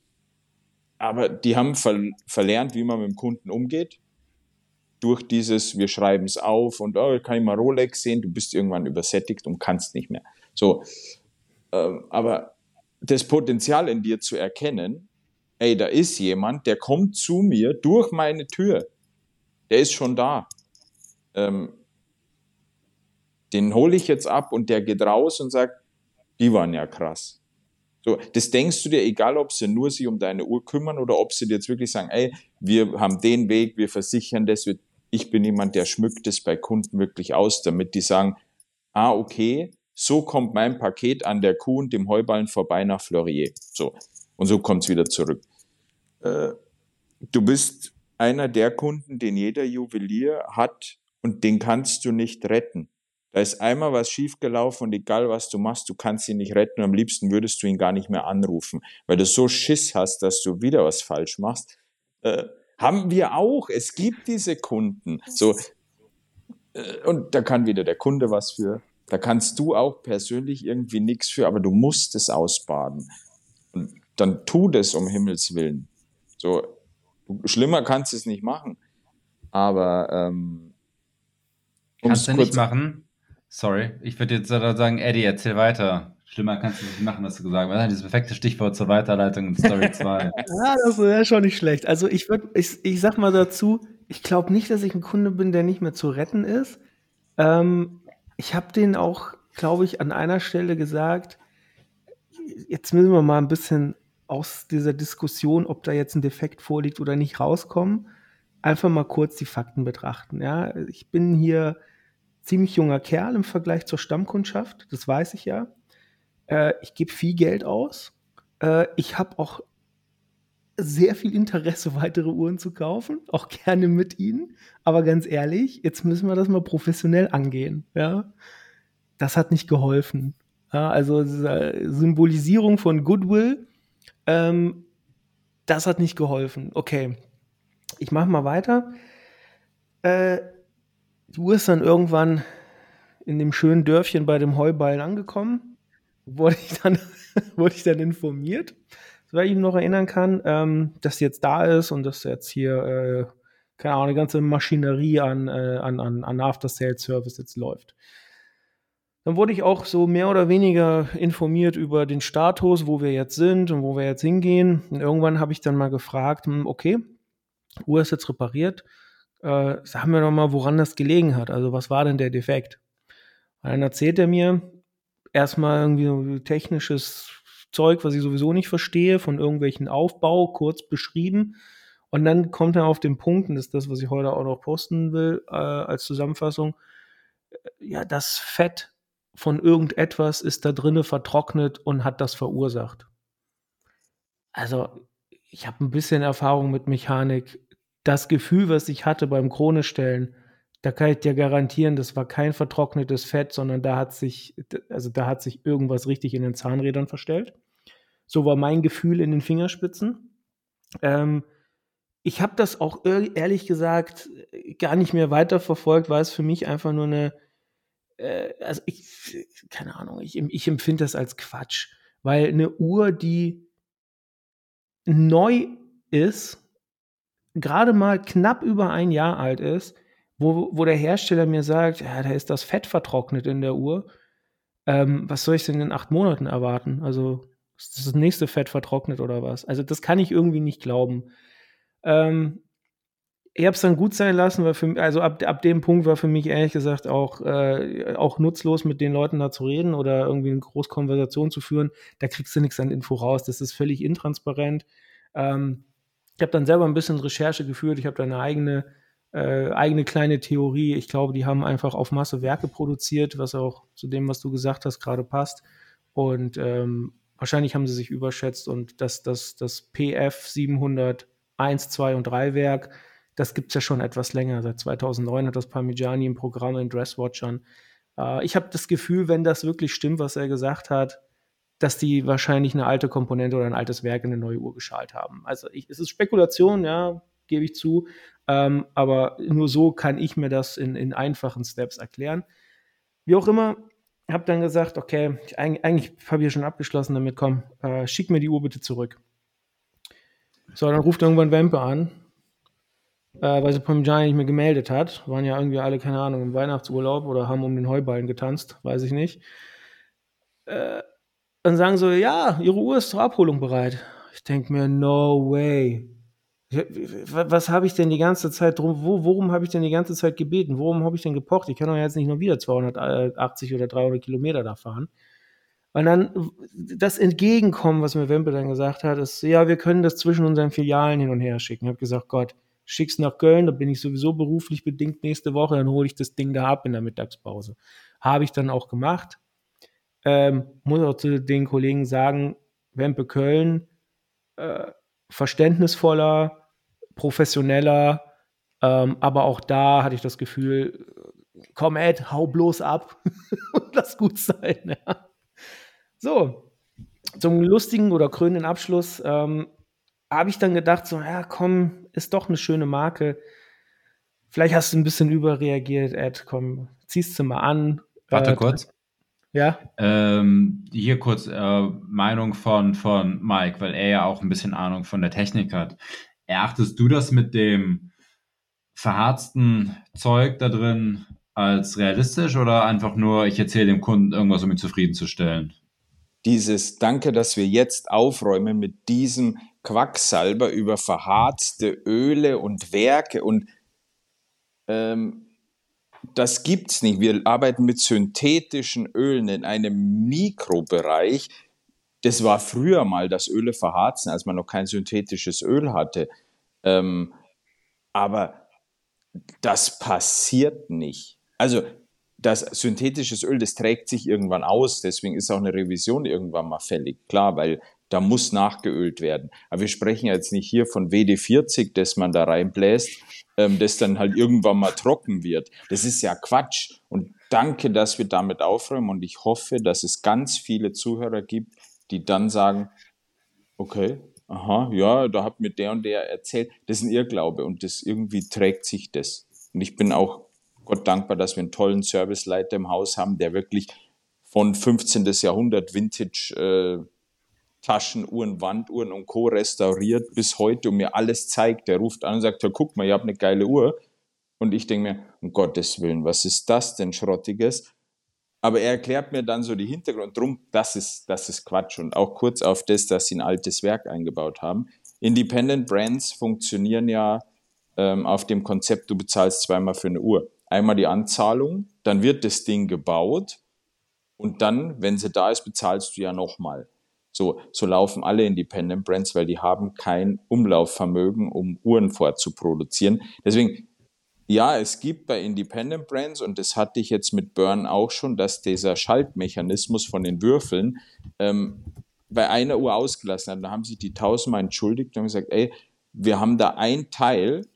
aber die haben ver- verlernt, wie man mit dem Kunden umgeht. Durch dieses, wir schreiben es auf und oh, kann ich mal Rolex sehen, du bist irgendwann übersättigt und kannst nicht mehr. So, ähm, aber das Potenzial in dir zu erkennen, ey, da ist jemand, der kommt zu mir durch meine Tür, der ist schon da. Ähm, den hole ich jetzt ab und der geht raus und sagt, die waren ja krass. So, das denkst du dir, egal ob sie nur sich um deine Uhr kümmern oder ob sie dir jetzt wirklich sagen, ey, wir haben den Weg, wir versichern das, wir, ich bin jemand, der schmückt das bei Kunden wirklich aus, damit die sagen, ah, okay, so kommt mein Paket an der Kuh und dem Heuballen vorbei nach Fleurier. So, und so kommt's wieder zurück. Äh, du bist einer der Kunden, den jeder Juwelier hat und den kannst du nicht retten. Da ist einmal was schiefgelaufen und egal was du machst, du kannst ihn nicht retten und am liebsten würdest du ihn gar nicht mehr anrufen, weil du so Schiss hast, dass du wieder was falsch machst. Äh, haben wir auch. Es gibt diese Kunden. So, äh, und da kann wieder der Kunde was für. Da kannst du auch persönlich irgendwie nichts für, aber du musst es ausbaden. Und dann tu das um Himmels Willen. So, schlimmer kannst du es nicht machen. Aber ähm, Kannst du nicht machen? Sorry, ich würde jetzt sagen, Eddie, erzähl weiter. Schlimmer kannst du nicht machen, hast du gesagt. Das ist das perfekte Stichwort zur Weiterleitung in Story zwei. Ja, das ist schon nicht schlecht. Also ich würde, ich, ich sag mal dazu, ich glaube nicht, dass ich ein Kunde bin, der nicht mehr zu retten ist. Ähm, ich habe denen auch, glaube ich, an einer Stelle gesagt, jetzt müssen wir mal ein bisschen aus dieser Diskussion, ob da jetzt ein Defekt vorliegt oder nicht, rauskommen. Einfach mal kurz die Fakten betrachten. Ja, ich bin hier ziemlich junger Kerl im Vergleich zur Stammkundschaft, das weiß ich ja. Äh, ich gebe viel Geld aus. Äh, ich habe auch sehr viel Interesse, weitere Uhren zu kaufen, auch gerne mit Ihnen. Aber ganz ehrlich, jetzt müssen wir das mal professionell angehen. Ja? Das hat nicht geholfen. Ja, also Symbolisierung von Goodwill, ähm, das hat nicht geholfen. Okay, ich mache mal weiter. Äh, die Uhr ist dann irgendwann in dem schönen Dörfchen bei dem Heuballen angekommen. Wurde ich dann, wurde ich dann informiert, weil ich mich noch erinnern kann, ähm, dass sie jetzt da ist und dass jetzt hier, äh, keine Ahnung, eine ganze Maschinerie an, äh, an, an, an After-Sales-Service jetzt läuft. Dann wurde ich auch so mehr oder weniger informiert über den Status, wo wir jetzt sind und wo wir jetzt hingehen. Und irgendwann habe ich dann mal gefragt, okay, Uhr ist jetzt repariert, äh, sag mir doch mal, woran das gelegen hat. Also was war denn der Defekt? Und dann erzählt er mir erstmal irgendwie so technisches Zeug, was ich sowieso nicht verstehe, von irgendwelchen Aufbau, kurz beschrieben. Und dann kommt er auf den Punkt, und das ist das, was ich heute auch noch posten will, äh, als Zusammenfassung, ja, das Fett von irgendetwas ist da drinne vertrocknet und hat das verursacht. Also, ich habe ein bisschen Erfahrung mit Mechanik. das Gefühl, was ich hatte beim Krone-Stellen, da kann ich dir garantieren, das war kein vertrocknetes Fett, sondern da hat sich, also da hat sich irgendwas richtig in den Zahnrädern verstellt. So war mein Gefühl in den Fingerspitzen. Ähm, ich habe das auch ehrlich gesagt gar nicht mehr weiterverfolgt, weil es für mich einfach nur eine, äh, also ich, keine Ahnung, ich, ich empfinde das als Quatsch, weil eine Uhr, die neu ist, gerade mal knapp über ein Jahr alt ist, wo, wo der Hersteller mir sagt, ja, da ist das Fett vertrocknet in der Uhr. Ähm, was soll ich denn in acht Monaten erwarten? Also ist das nächste Fett vertrocknet oder was? Also das kann ich irgendwie nicht glauben. Ähm, ich habe es dann gut sein lassen, weil für, also ab, ab dem Punkt war für mich ehrlich gesagt auch, äh, auch nutzlos, mit den Leuten da zu reden oder irgendwie eine große Konversation zu führen. Da kriegst du nichts an Info raus. Das ist völlig intransparent. Ähm, ich habe dann selber ein bisschen Recherche geführt. Ich habe da eine eigene, äh, eigene kleine Theorie. Ich glaube, die haben einfach auf Masse Werke produziert, was auch zu dem, was du gesagt hast, gerade passt. Und ähm, wahrscheinlich haben sie sich überschätzt und das, das, das P F siebenhunderteins, zwei und drei Werk, das gibt es ja schon etwas länger. Seit zweitausendneun hat das Parmigiani im Programm in Dresswatchern. Äh, ich habe das Gefühl, wenn das wirklich stimmt, was er gesagt hat, dass die wahrscheinlich eine alte Komponente oder ein altes Werk in eine neue Uhr geschalt haben. Also ich, es ist Spekulation, ja, gebe ich zu. Ähm, aber nur so kann ich mir das in, in einfachen Steps erklären. Wie auch immer, habe dann gesagt, okay, ich, eigentlich, eigentlich habe ich ja schon abgeschlossen damit, komm, äh, schick mir die Uhr bitte zurück. So, dann ruft irgendwann Wempe an, äh, weil sie Parmigiani nicht mehr gemeldet hat. Waren ja irgendwie alle, keine Ahnung, im Weihnachtsurlaub oder haben um den Heuballen getanzt, weiß ich nicht. Äh, Dann sagen sie, ja, ihre Uhr ist zur Abholung bereit. Ich denke mir, no way. Was habe ich denn die ganze Zeit drum, wo, worum habe ich denn die ganze Zeit gebeten? Worum habe ich denn gepocht? Ich kann doch jetzt nicht noch wieder zweihundertachtzig oder dreihundert Kilometer da fahren. Und dann das Entgegenkommen, was mir Wempe dann gesagt hat, ist, ja, wir können das zwischen unseren Filialen hin und her schicken. Ich habe gesagt, Gott, schick's nach Köln, da bin ich sowieso beruflich bedingt nächste Woche, dann hole ich das Ding da ab in der Mittagspause. Habe ich dann auch gemacht. Ähm, muss auch zu den Kollegen sagen, Wempe Köln, äh, verständnisvoller, professioneller, ähm, aber auch da hatte ich das Gefühl, komm Ed, hau bloß ab und lass gut sein. Ja. So, zum lustigen oder krönenden Abschluss ähm, habe ich dann gedacht, so, ja komm, ist doch eine schöne Marke. Vielleicht hast du ein bisschen überreagiert, Ed, komm, ziehst du mal an. Warte äh, kurz. Ja? Ähm, hier kurz äh, Meinung von, von Mike, weil er ja auch ein bisschen Ahnung von der Technik hat. Erachtest du das mit dem verharzten Zeug da drin als realistisch oder einfach nur, ich erzähle dem Kunden irgendwas, um ihn zufriedenzustellen? Dieses Danke, dass wir jetzt aufräumen mit diesem Quacksalber über verharzte Öle und Werke und ähm, das gibt's nicht. Wir arbeiten mit synthetischen Ölen in einem Mikrobereich. Das war früher mal, dass Öle verharzen, als man noch kein synthetisches Öl hatte. Ähm, aber das passiert nicht. Also das synthetisches Öl, das trägt sich irgendwann aus. Deswegen ist auch eine Revision irgendwann mal fällig. Klar, weil da muss nachgeölt werden. Aber wir sprechen jetzt nicht hier von W D vierzig, das man da reinbläst, ähm, das dann halt irgendwann mal trocken wird. Das ist ja Quatsch. Und danke, dass wir damit aufräumen. Und ich hoffe, dass es ganz viele Zuhörer gibt, die dann sagen, okay, aha, ja, da hat mir der und der erzählt. Das ist ein Irrglaube und das irgendwie trägt sich das. Und ich bin auch Gott dankbar, dass wir einen tollen Serviceleiter im Haus haben, der wirklich von fünfzehnten Jahrhundert Vintage äh, Taschenuhren, Wanduhren und Co. restauriert bis heute und mir alles zeigt. Der ruft an und sagt, ja, guck mal, ihr habt eine geile Uhr. Und ich denke mir, um Gottes Willen, was ist das denn Schrottiges? Aber er erklärt mir dann so die Hintergründe. Drum, das ist, das ist Quatsch. Und auch kurz auf das, dass sie ein altes Werk eingebaut haben. Independent Brands funktionieren ja ähm, auf dem Konzept, du bezahlst zweimal für eine Uhr. Einmal die Anzahlung, dann wird das Ding gebaut und dann, wenn sie da ist, bezahlst du ja nochmal. So, so laufen alle Independent Brands, weil die haben kein Umlaufvermögen, um Uhren vorzuproduzieren. Deswegen, ja, es gibt bei Independent Brands, und das hatte ich jetzt mit Burn auch schon, dass dieser Schaltmechanismus von den Würfeln ähm, bei einer Uhr ausgelassen hat. Da haben sich die tausendmal entschuldigt und haben gesagt, ey, wir haben da ein Teil,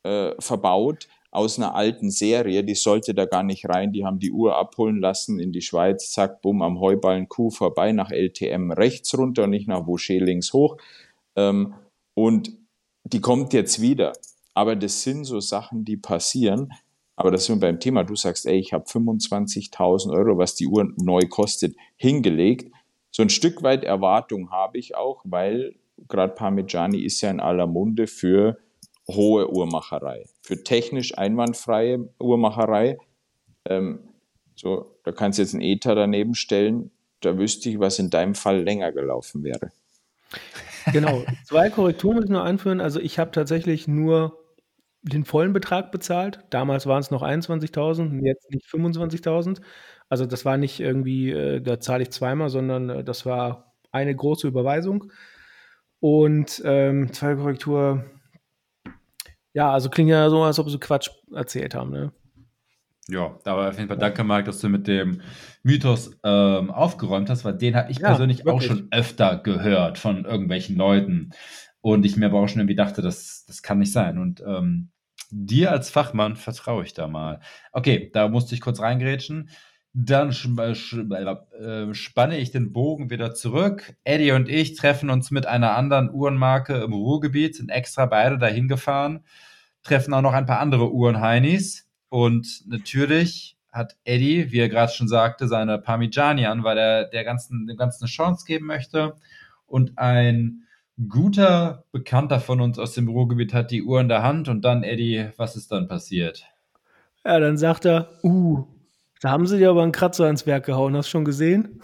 äh, verbaut aus einer alten Serie, die sollte da gar nicht rein, die haben die Uhr abholen lassen in die Schweiz, zack, bumm, am Heuballen Kuh vorbei, nach L T M rechts runter und nicht nach Vaucher links hoch. Ähm, und die kommt jetzt wieder. Aber das sind so Sachen, die passieren. Aber das sind wir beim Thema. Du sagst, ey, ich habe fünfundzwanzigtausend Euro, was die Uhr neu kostet, hingelegt. So ein Stück weit Erwartung habe ich auch, weil gerade Parmigiani ist ja in aller Munde für hohe Uhrmacherei, für technisch einwandfreie Uhrmacherei. Ähm, so, da kannst du jetzt einen Ether daneben stellen, da wüsste ich, was in deinem Fall länger gelaufen wäre. Genau, zwei Korrekturen muss ich noch anführen. Also ich habe tatsächlich nur den vollen Betrag bezahlt. Damals waren es noch einundzwanzigtausend und jetzt nicht fünfundzwanzigtausend. Also das war nicht irgendwie, äh, da zahle ich zweimal, sondern äh, das war eine große Überweisung. Und ähm, zweite Korrektur, ja, also klingt ja so, als ob sie Quatsch erzählt haben, ne? Ja, aber auf jeden Fall danke, Marc, dass du mit dem Mythos ähm, aufgeräumt hast, weil den habe ich Ja, persönlich auch wirklich. schon öfter gehört von irgendwelchen Leuten. Und ich mir aber auch schon irgendwie dachte, das, das kann nicht sein. Und ähm, dir als Fachmann vertraue ich da mal. Okay, da musste ich kurz reingrätschen. Dann sch- äh, sch- äh, spanne ich den Bogen wieder zurück. Eddie und ich treffen uns mit einer anderen Uhrenmarke im Ruhrgebiet, sind extra beide dahin gefahren, treffen auch noch ein paar andere Uhrenheinis. Und natürlich hat Eddie, wie er gerade schon sagte, seine Parmigiani an, weil er der ganzen, dem Ganzen eine Chance geben möchte. Und ein guter Bekannter von uns aus dem Ruhrgebiet hat die Uhr in der Hand. Und dann, Eddie, was ist dann passiert? Ja, dann sagt er, uh, da haben sie dir aber einen Kratzer ins Werk gehauen. Hast du schon gesehen?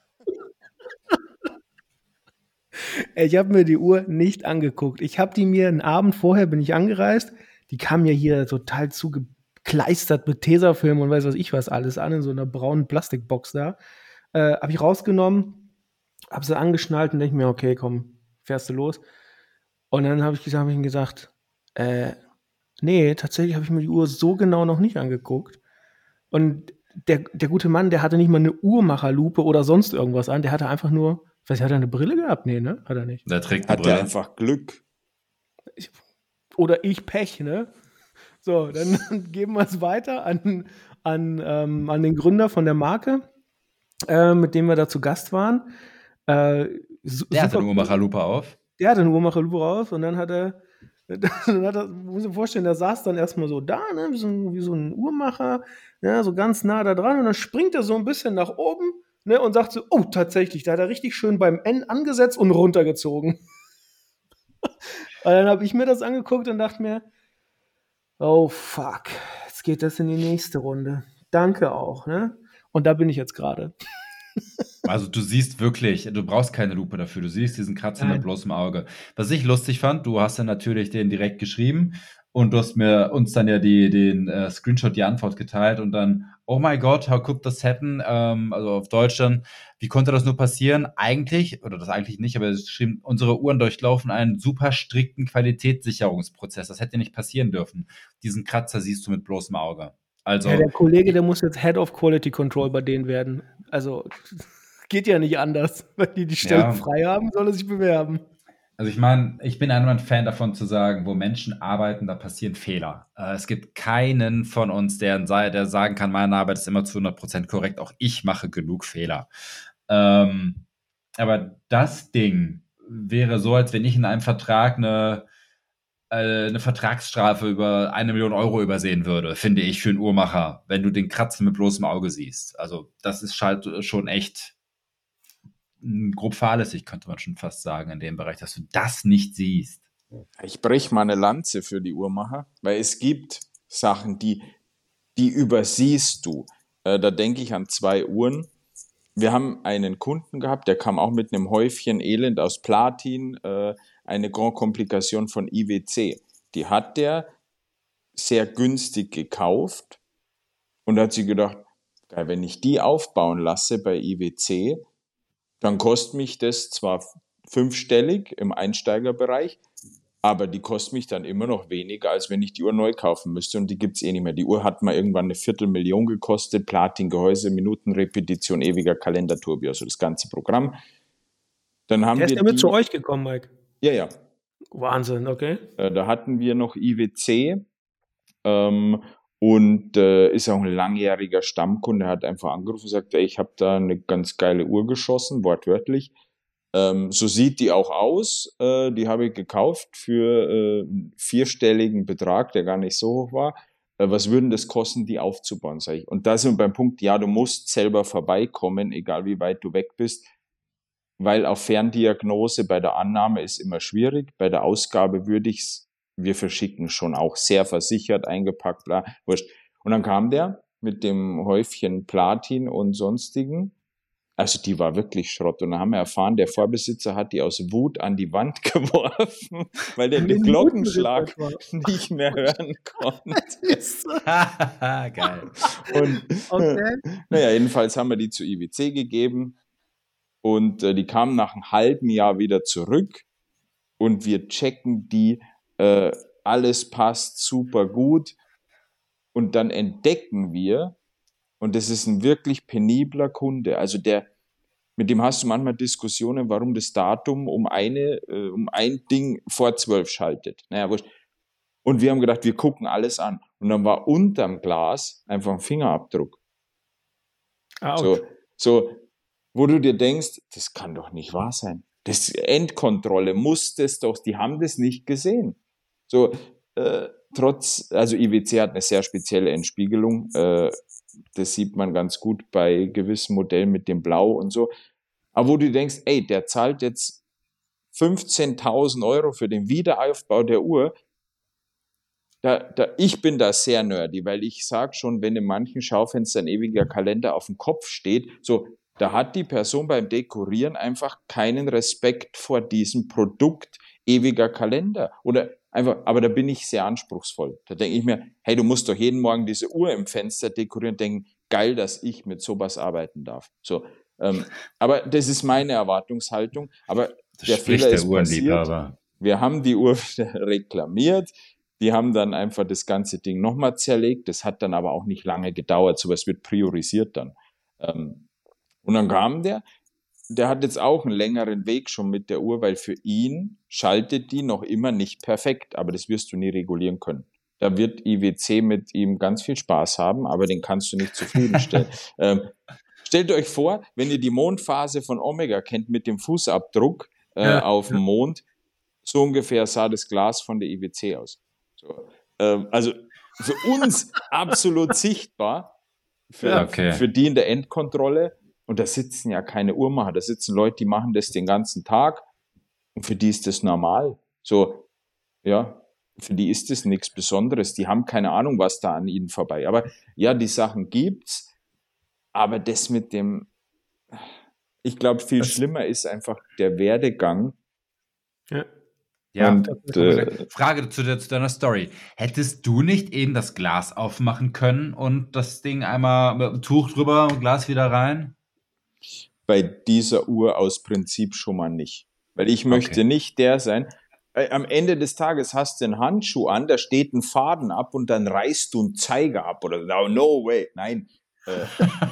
Ich habe mir die Uhr nicht angeguckt. Ich habe die mir einen Abend vorher, bin ich angereist. Die kam ja hier total zugekleistert mit Tesafilm und weiß was ich was alles an, in so einer braunen Plastikbox da. Äh, habe ich rausgenommen, habe sie angeschnallt und denke mir, okay, komm, fährst du los. Und dann habe ich gesagt, hab ich ihm gesagt, äh, nee, tatsächlich habe ich mir die Uhr so genau noch nicht angeguckt. Und der, der gute Mann, der hatte nicht mal eine Uhrmacherlupe oder sonst irgendwas an. Der hatte einfach nur, ich weiß nicht, hat er eine Brille gehabt? Nee, ne? Hat er nicht. Der trägt eine Hat der Brille. einfach Glück. Oder ich Pech, ne? So, dann geben wir es weiter an, an, ähm, an den Gründer von der Marke, äh, mit dem wir da zu Gast waren. Äh, su- Der hatte super eine cool. Uhrmacherlupe auf. Der hatte eine Uhrmacherlupe raus und dann hat er, dann hat er, muss ich mir vorstellen, der saß dann erstmal so da, ne, wie so, ein, wie so ein Uhrmacher, ja, so ganz nah da dran und dann springt er so ein bisschen nach oben, ne, und sagt so, oh, tatsächlich, da hat er richtig schön beim N angesetzt und runtergezogen. Und dann habe ich mir das angeguckt und dachte mir, oh fuck, jetzt geht das in die nächste Runde. Danke auch, ne? Und da bin ich jetzt gerade. Also du siehst wirklich, du brauchst keine Lupe dafür, du siehst diesen Kratzer mit Nein. bloßem Auge. Was ich lustig fand, du hast dann natürlich den direkt geschrieben und du hast mir uns dann ja die, den äh, Screenshot, die Antwort geteilt und dann, oh my God, how could this happen? Ähm, also auf Deutsch dann, wie konnte das nur passieren? Eigentlich, oder das eigentlich nicht, aber es geschrieben, unsere Uhren durchlaufen einen super strikten Qualitätssicherungsprozess. Das hätte nicht passieren dürfen. Diesen Kratzer siehst du mit bloßem Auge. Also, Ja, der Kollege, der muss jetzt Head of Quality Control bei denen werden. Also geht ja nicht anders. Wenn die die Stelle ja, frei haben, soll er sich bewerben. Also ich meine, ich bin ein Fan davon zu sagen, wo Menschen arbeiten, da passieren Fehler. Äh, es gibt keinen von uns, der, der sagen kann, meine Arbeit ist immer zu hundert Prozent korrekt. Auch ich mache genug Fehler. Ähm, aber das Ding wäre so, als wenn ich in einem Vertrag eine, äh, eine Vertragsstrafe über eine Million Euro übersehen würde, finde ich, für einen Uhrmacher, wenn du den Kratzen mit bloßem Auge siehst. Also das ist halt schon echt grob fahrlässig, könnte man schon fast sagen, in dem Bereich, dass du das nicht siehst. Ich breche mal eine Lanze für die Uhrmacher, weil es gibt Sachen, die, die übersiehst du. Äh, da denke ich an zwei Uhren. Wir haben einen Kunden gehabt, der kam auch mit einem Häufchen Elend aus Platin, äh, eine Grand Komplikation von I W C. Die hat der sehr günstig gekauft und hat sie gedacht, geil, wenn ich die aufbauen lasse bei I W C, dann kostet mich das zwar fünfstellig im Einsteigerbereich, aber die kostet mich dann immer noch weniger, als wenn ich die Uhr neu kaufen müsste und die gibt es eh nicht mehr. Die Uhr hat mal irgendwann eine Viertelmillion gekostet, Platin-Gehäuse, Minutenrepetition, ewiger Kalender-Turbo, also das ganze Programm. Dann haben Der ist wir ja mit die, zu euch gekommen, Mike. ja, ja, Wahnsinn, okay. äh, da hatten wir noch I W C ähm, und äh, ist auch ein langjähriger Stammkunde. Er hat einfach angerufen und gesagt, ey, ich habe da eine ganz geile Uhr geschossen, wortwörtlich. Ähm, so sieht die auch aus. Äh, die habe ich gekauft für äh, einen vierstelligen Betrag, der gar nicht so hoch war. Äh, was würden das kosten, die aufzubauen, sag ich. Und da sind wir beim Punkt, ja, du musst selber vorbeikommen, egal wie weit du weg bist, weil auf Ferndiagnose bei der Annahme ist immer schwierig. Bei der Ausgabe würde ich's, wir verschicken schon auch sehr versichert, eingepackt, bla, wurscht. Und dann kam der mit dem Häufchen Platin und sonstigen. Also die war wirklich Schrott. Und dann haben wir erfahren, der Vorbesitzer hat die aus Wut an die Wand geworfen, weil der den Glockenschlag nicht mehr hören konnte. Geil. Und Okay. naja, jedenfalls haben wir die zu I W C gegeben und äh, die kamen nach einem halben Jahr wieder zurück und wir checken die, äh, alles passt super gut und dann entdecken wir, und das ist ein wirklich penibler Kunde. Also der, mit dem hast du manchmal Diskussionen, warum das Datum um eine, äh, um ein Ding vor zwölf schaltet. Naja, wurscht. Und wir haben gedacht, wir gucken alles an. Und dann war unterm Glas einfach ein Fingerabdruck. Ouch. So, so, wo du dir denkst, das kann doch nicht wahr sein. Das Endkontrolle muss das doch, die haben das nicht gesehen. So, äh, trotz, also I W C hat eine sehr spezielle Entspiegelung, äh, das sieht man ganz gut bei gewissen Modellen mit dem Blau und so. Aber wo du denkst, ey, der zahlt jetzt fünfzehntausend Euro für den Wiederaufbau der Uhr. Da, da, ich bin da sehr nerdy, weil ich sag schon, wenn in manchen Schaufenstern ein ewiger Kalender auf dem Kopf steht, so, da hat die Person beim Dekorieren einfach keinen Respekt vor diesem Produkt ewiger Kalender. Oder einfach, aber da bin ich sehr anspruchsvoll. Da denke ich mir, hey, du musst doch jeden Morgen diese Uhr im Fenster dekorieren und denken, geil, dass ich mit sowas arbeiten darf. So, ähm, aber das ist meine Erwartungshaltung. Aber Das der spricht Fehler der ist passiert. Uhrenliebhaber. Wir haben die Uhr wieder reklamiert. Die haben dann einfach das ganze Ding nochmal zerlegt. Das hat dann aber auch nicht lange gedauert. Sowas wird priorisiert dann. Ähm, und dann kam der, der hat jetzt auch einen längeren Weg schon mit der Uhr, weil für ihn schaltet die noch immer nicht perfekt, aber das wirst du nie regulieren können. Da wird I W C mit ihm ganz viel Spaß haben, aber den kannst du nicht zufriedenstellen. ähm, stellt euch vor, wenn ihr die Mondphase von Omega kennt mit dem Fußabdruck äh, Ja, auf dem ja. Mond, so ungefähr sah das Glas von der I W C aus. So, ähm, also für uns absolut sichtbar, für, Ja, okay. für die in der Endkontrolle. Und da sitzen ja keine Uhrmacher, da sitzen Leute, die machen das den ganzen Tag und für die ist das normal. So, ja, für die ist das nichts Besonderes. Die haben keine Ahnung, was da an ihnen vorbei. Aber ja, die Sachen gibt's, aber das mit dem, ich glaube, viel Das- schlimmer ist einfach der Werdegang. Ja. Ja, Und, äh, Frage zu, der, zu deiner Story. Hättest du nicht eben das Glas aufmachen können und das Ding einmal mit dem Tuch drüber und Glas wieder rein? bei dieser Uhr aus Prinzip schon mal nicht. Weil ich möchte Okay. nicht der sein. Äh, Am Ende des Tages hast du einen Handschuh an, da steht ein Faden ab und dann reißt du einen Zeiger ab oder no, no way. Nein. Äh,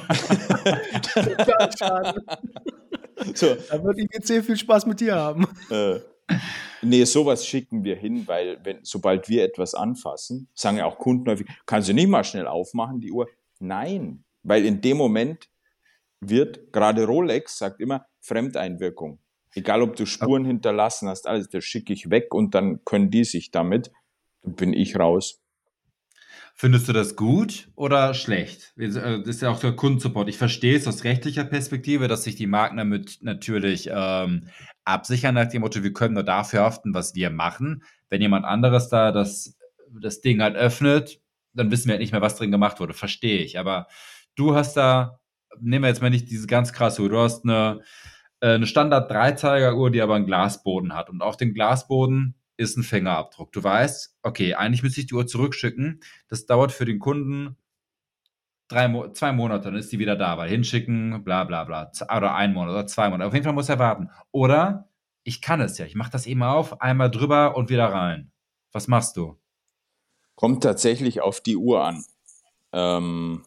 Total schade. so, Da wird I W C viel Spaß mit dir haben. äh, nee, sowas schicken wir hin, weil wenn, sobald wir etwas anfassen, sagen ja auch Kunden häufig, kannst du nicht mal schnell aufmachen, die Uhr? Nein, weil in dem Moment wird, gerade Rolex sagt immer, Fremdeinwirkung. Egal, ob du Spuren hinterlassen hast, alles, das schicke ich weg und dann können die sich damit, dann bin ich raus. Findest du das gut oder schlecht? Das ist ja auch der Kundensupport. Ich verstehe es aus rechtlicher Perspektive, dass sich die Marken damit natürlich ähm, absichern nach dem Motto, wir können nur dafür haften, was wir machen. Wenn jemand anderes da das, das Ding halt öffnet, dann wissen wir halt nicht mehr, was drin gemacht wurde. Verstehe ich. Aber du hast da, nehmen wir jetzt mal nicht diese ganz krasse Uhr, du hast eine, äh, eine Standard-Dreizeiger-Uhr, die aber einen Glasboden hat. Und auf dem Glasboden ist ein Fingerabdruck. Du weißt, okay, eigentlich müsste ich die Uhr zurückschicken. Das dauert für den Kunden drei Mo- zwei Monate, dann ist die wieder da, weil hinschicken, bla bla bla. Z- Oder ein Monat oder zwei Monate. Auf jeden Fall muss er warten. Oder ich kann es ja. Ich mache das eben auf, einmal drüber und wieder rein. Was machst du? Kommt tatsächlich auf die Uhr an. Ähm,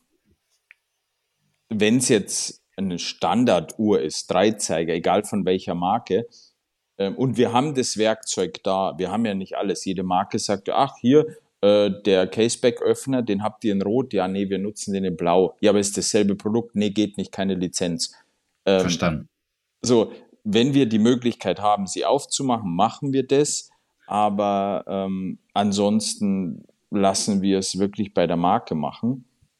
wenn es jetzt eine Standarduhr ist, Dreizeiger, egal von welcher Marke, ähm, und wir haben das Werkzeug da, wir haben ja nicht alles. Jede Marke sagt, ach hier, äh, der Caseback-Öffner, den habt ihr in Rot? Ja, nee, wir nutzen den in Blau. Ja, aber ist dasselbe Produkt? Nee, geht nicht, keine Lizenz. Ähm, Verstanden. so, wenn wir die Möglichkeit haben, sie aufzumachen, machen wir das. Aber ähm, ansonsten lassen wir es wirklich bei der Marke machen.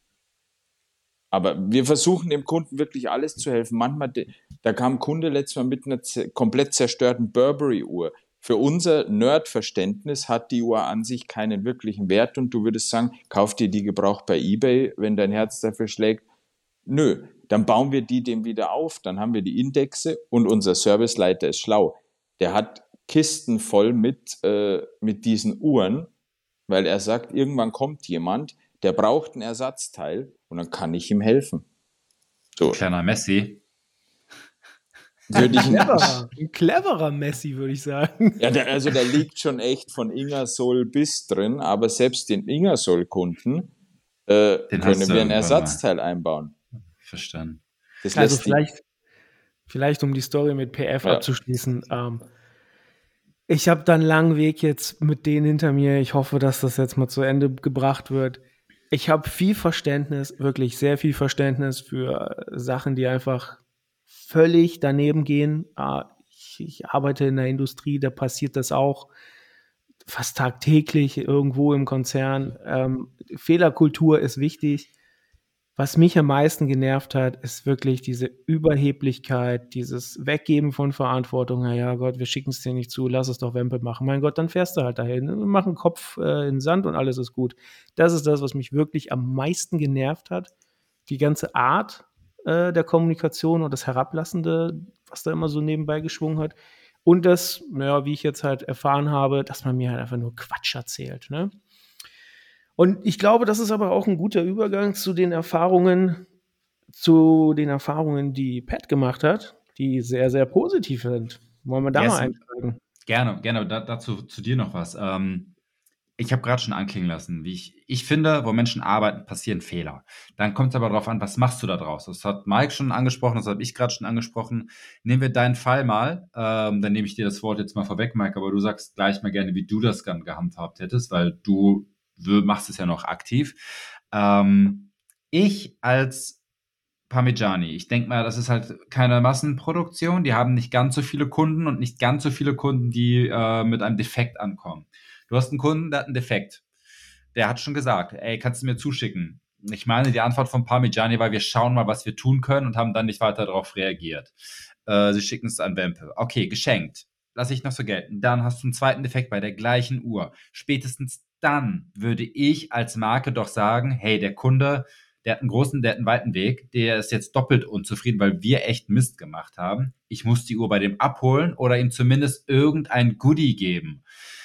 Aber wir versuchen dem Kunden wirklich alles zu helfen. Manchmal, de- da kam ein Kunde letztes Mal mit einer z- komplett zerstörten Burberry-Uhr. Für unser Nerd-Verständnis hat die Uhr an sich keinen wirklichen Wert und du würdest sagen, kauf dir die gebraucht bei eBay, wenn dein Herz dafür schlägt. Nö, dann bauen wir die dem wieder auf, dann haben wir die Indexe und unser Serviceleiter ist schlau. Der hat Kisten voll mit, äh, mit diesen Uhren, weil er sagt, irgendwann kommt jemand, der braucht ein Ersatzteil und dann kann ich ihm helfen. So, Kleiner Messi. würde ich Cleverer, ein cleverer Messi, würde ich sagen. ja, der, also da liegt schon echt von Ingersoll bis drin, aber selbst den Ingersoll-Kunden äh, Den können hast du wir ein irgendwann Ersatzteil einbauen. Verstanden. Das Also lässt die, vielleicht, vielleicht um die Story mit P F Ja. abzuschließen. Ähm, ich habe da einen langen Weg jetzt mit denen hinter mir. Ich hoffe, dass das jetzt mal zu Ende gebracht wird. Ich habe viel Verständnis, wirklich sehr viel Verständnis für Sachen, die einfach völlig daneben gehen. Äh, ich, ich arbeite in der Industrie, da passiert das auch fast tagtäglich irgendwo im Konzern. Ähm, Fehlerkultur ist wichtig. Was mich am meisten genervt hat, ist wirklich diese Überheblichkeit, dieses Weggeben von Verantwortung. Na ja, Gott, wir schicken es dir nicht zu, lass es doch Wempe machen. Mein Gott, dann fährst du halt dahin, mach einen Kopf äh, in den Sand und alles ist gut. Das ist das, was mich wirklich am meisten genervt hat. Die ganze Art äh, der Kommunikation und das Herablassende, was da immer so nebenbei geschwungen hat. Und das, ja, wie ich jetzt halt erfahren habe, dass man mir halt einfach nur Quatsch erzählt, ne? Und ich glaube, das ist aber auch ein guter Übergang zu den Erfahrungen, zu den Erfahrungen, die Pat gemacht hat, die sehr, sehr positiv sind. Wollen wir da Yes. mal einsteigen? Gerne, gerne. Da, dazu zu dir noch was. Ähm, ich habe gerade schon anklingen lassen, wie ich, ich finde, wo Menschen arbeiten, passieren Fehler. Dann kommt es aber darauf an, was machst du da draus? Das hat Mike schon angesprochen, das habe ich gerade schon angesprochen. Nehmen wir deinen Fall mal, ähm, dann nehme ich dir das Wort jetzt mal vorweg, Mike, aber du sagst gleich mal gerne, wie du das gern gehandhabt hättest, weil du w- machst es ja noch aktiv. Ähm, ich als Parmigiani. Ich denke mal, das ist halt keine Massenproduktion. Die haben nicht ganz so viele Kunden und nicht ganz so viele Kunden, die äh, mit einem Defekt ankommen. Du hast einen Kunden, der hat einen Defekt. Der hat schon gesagt, ey, kannst du mir zuschicken? Ich meine, die Antwort von Parmigiani war, wir schauen mal, was wir tun können und haben dann nicht weiter darauf reagiert. Äh, sie schicken es an Wempe. Okay, geschenkt. Lass ich noch so gelten. Dann hast du einen zweiten Defekt bei der gleichen Uhr. Spätestens dann würde ich als Marke doch sagen, hey, der Kunde, der hat einen großen, der hat einen weiten Weg, der ist jetzt doppelt unzufrieden, weil wir echt Mist gemacht haben. Ich muss die Uhr bei dem abholen oder ihm zumindest irgendein Goodie geben.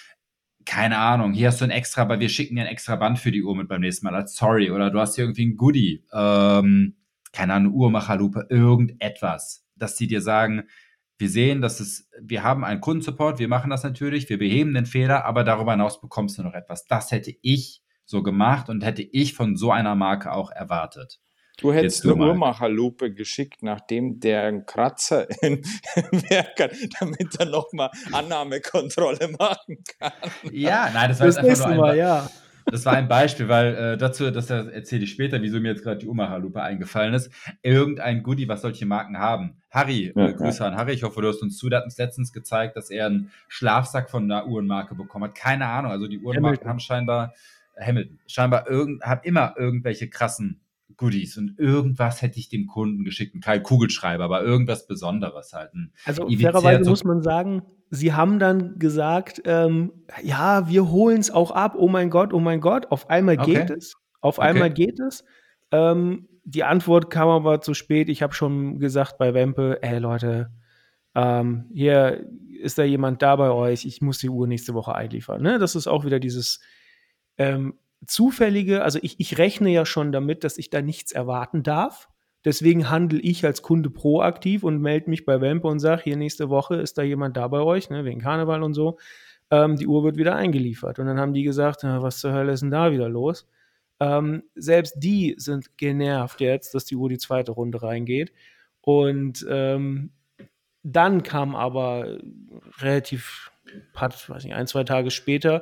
Keine Ahnung, hier hast du ein extra, aber wir schicken dir ein extra Band für die Uhr mit beim nächsten Mal als Sorry oder du hast hier irgendwie ein Goodie, ähm, keine Ahnung, Uhrmacherlupe, irgendetwas, dass die dir sagen, wir sehen, dass es, wir haben einen Kundensupport, wir machen das natürlich, wir beheben den Fehler, aber darüber hinaus bekommst du noch etwas. Das hätte ich so gemacht und hätte ich von so einer Marke auch erwartet. du hättest Jetzt du eine mal. Uhrmacherlupe geschickt, nachdem der einen Kratzer im Werk hat, damit er nochmal Annahmekontrolle machen kann. Ja, nein, das war Das jetzt einfach nächste nur ein, Mal, Be- ja. das war ein Beispiel, weil äh, dazu, das erzähle ich später, wieso mir jetzt gerade die Uhrmacherlupe eingefallen ist. Irgendein Goodie, was solche Marken haben. Harry, Ja, äh, Grüße an Harry, ich hoffe, du hast uns zu. Der hat uns letztens gezeigt, dass er einen Schlafsack von einer Uhrenmarke bekommen hat. Keine Ahnung, also die Uhrenmarken Hamilton. haben scheinbar, äh, Hamilton, scheinbar irgend, haben immer irgendwelche krassen Goodies und irgendwas hätte ich dem Kunden geschickt. Kein Kugelschreiber, aber irgendwas Besonderes halt. Ein Also I W C fairerweise hat so- muss man sagen, sie haben dann gesagt, ähm, ja, wir holen es auch ab. Oh mein Gott, oh mein Gott. Auf einmal Okay. geht es. Auf Okay. einmal geht es. Ähm, die Antwort kam aber zu spät. Ich habe schon gesagt bei Wempe, ey Leute, ähm, hier ist da jemand da bei euch. Ich muss die Uhr nächste Woche einliefern. Ne? Das ist auch wieder dieses ähm, zufällige. Also ich, ich rechne ja schon damit, dass ich da nichts erwarten darf. Deswegen handle ich als Kunde proaktiv und melde mich bei Wempe und sage, hier nächste Woche ist da jemand da bei euch, ne, wegen Karneval und so. Ähm, die Uhr wird wieder eingeliefert. Und dann haben die gesagt, na, was zur Hölle ist denn da wieder los? Ähm, selbst die sind genervt jetzt, dass die Uhr die zweite Runde reingeht. Und ähm, dann kam aber relativ, weiß nicht, ein, zwei Tage später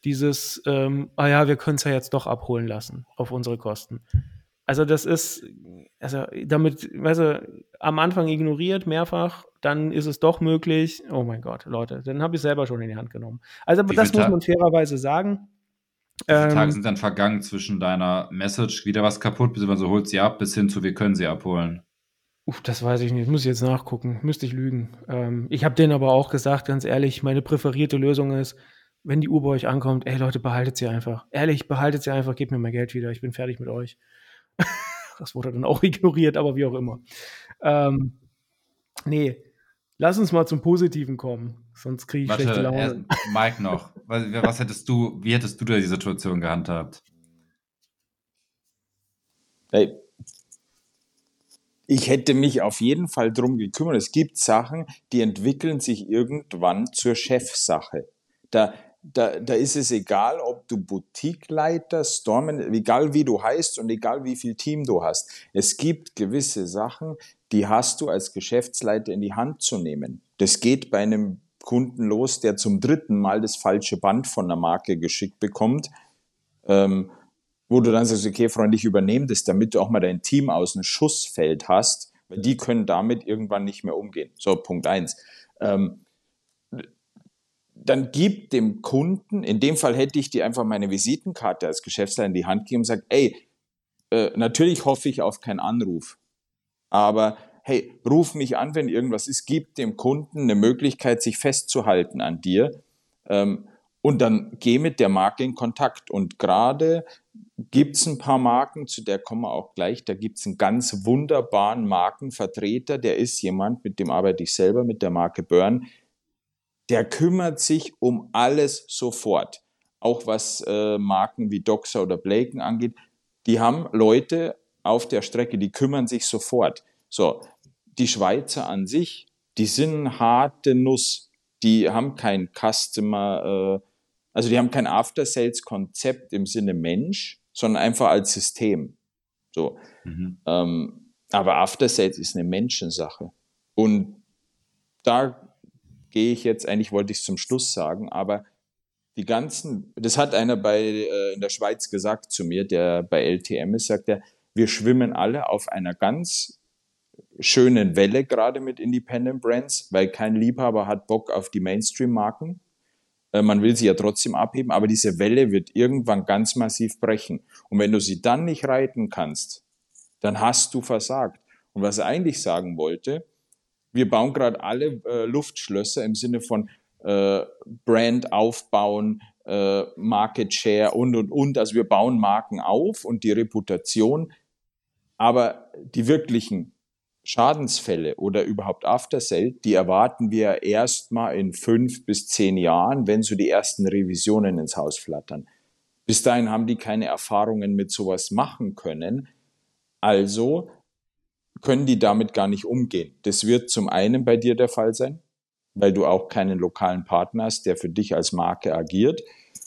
dieses, ähm, ah ja, wir können es ja jetzt doch abholen lassen auf unsere Kosten. Also das ist, also damit, weißt du, am Anfang ignoriert, mehrfach, dann ist es doch möglich. Oh mein Gott, Leute, dann habe ich selber schon in die Hand genommen. Also Wie das viel muss Ta- man fairerweise sagen. Wie viele Tage Ähm, sind dann vergangen zwischen deiner Message, wieder was kaputt, beziehungsweise holt sie ab, bis hin zu, wir können sie abholen? uff, das weiß ich nicht, muss ich jetzt nachgucken, müsste ich lügen. Ähm, ich habe denen aber auch gesagt, ganz ehrlich, meine präferierte Lösung ist, wenn die Uhr bei euch ankommt, ey Leute, behaltet sie einfach. Ehrlich, behaltet sie einfach, gebt mir mein Geld wieder, ich bin fertig mit euch. Das wurde dann auch ignoriert, aber wie auch immer. Ähm, nee, lass uns mal zum Positiven kommen, sonst kriege ich schlechte Warte, erst Laune. Mike noch. Was, was hättest du, wie hättest du da die Situation gehandhabt? Hey, ich hätte mich auf jeden Fall drum gekümmert. Es gibt Sachen, die entwickeln sich irgendwann zur Chefsache. Da, da, da ist es egal, ob du Boutiqueleiter, Stormen, egal wie du heißt und egal wie viel Team du hast. Es gibt gewisse Sachen, die hast du als Geschäftsleiter in die Hand zu nehmen. Das geht bei einem Kunden los, der zum dritten Mal das falsche Band von der Marke geschickt bekommt. Ähm, wo du dann sagst, okay, Freund, ich übernehme das, damit du auch mal dein Team aus dem Schussfeld hast, weil die können damit irgendwann nicht mehr umgehen. So, Punkt eins. Ähm, dann gib dem Kunden, in dem Fall hätte ich dir einfach meine Visitenkarte als Geschäftsleiter in die Hand gegeben und gesagt, ey, äh, natürlich hoffe ich auf keinen Anruf, aber hey, ruf mich an, wenn irgendwas ist, gib dem Kunden eine Möglichkeit, sich festzuhalten an dir, ähm, und dann geh mit der Marke in Kontakt. Und gerade gibt es ein paar Marken, zu der kommen wir auch gleich, da gibt es einen ganz wunderbaren Markenvertreter, der ist jemand, mit dem arbeite ich selber, mit der Marke Burn, der kümmert sich um alles sofort. Auch was äh, Marken wie Doxa oder Blaken angeht, die haben Leute auf der Strecke, die kümmern sich sofort. So, die Schweizer an sich, die sind harte Nuss, die haben kein Customer, äh, also die haben kein After-Sales-Konzept im Sinne Mensch, sondern einfach als System. So. Mhm. Ähm, aber After-Sales ist eine Menschensache. Und da gehe ich jetzt, eigentlich wollte ich es zum Schluss sagen, aber die ganzen, das hat einer bei äh, in der Schweiz gesagt zu mir, der bei L T M ist, sagt er, wir schwimmen alle auf einer ganz schönen Welle gerade mit Independent Brands, weil kein Liebhaber hat Bock auf die Mainstream-Marken. Man will sie ja trotzdem abheben, aber diese Welle wird irgendwann ganz massiv brechen. Und wenn du sie dann nicht reiten kannst, dann hast du versagt. Und was er eigentlich sagen wollte, wir bauen gerade alle äh, Luftschlösser im Sinne von äh, Brand aufbauen, äh, Market Share und, und, und. Also wir bauen Marken auf und die Reputation, aber die wirklichen Schadensfälle oder überhaupt After-Sale, die erwarten wir erstmal in fünf bis zehn Jahren, wenn so die ersten Revisionen ins Haus flattern. Bis dahin haben die keine Erfahrungen mit sowas machen können. Also können die damit gar nicht umgehen. Das wird zum einen bei dir der Fall sein, weil du auch keinen lokalen Partner hast, der für dich als Marke agiert.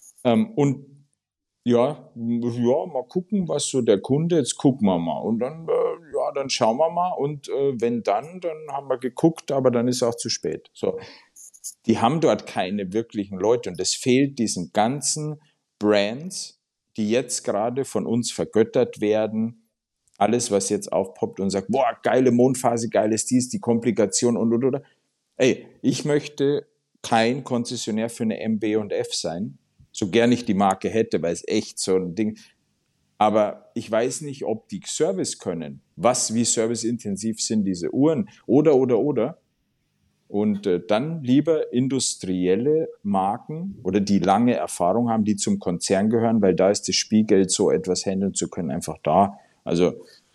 Und ja, ja, mal gucken, was so der Kunde, jetzt gucken wir mal. Und dann, äh, ja, dann schauen wir mal. Und äh, wenn dann, dann haben wir geguckt, aber dann ist auch zu spät. So, die haben dort keine wirklichen Leute. Und es fehlt diesen ganzen Brands, die jetzt gerade von uns vergöttert werden. Alles, was jetzt aufpoppt und sagt, boah, geile Mondphase, geiles dies, die Komplikation und, und, oder. Ey, ich möchte kein Konzessionär für eine M B und F sein, so gern ich die Marke hätte, weil es echt so ein Ding, aber ich weiß nicht, ob die Service können, was, wie serviceintensiv sind diese Uhren, oder, oder, oder. Und äh, dann lieber industrielle Marken oder die lange Erfahrung haben, die zum Konzern gehören, weil da ist das Spielgeld, so etwas handeln zu können, einfach da. Also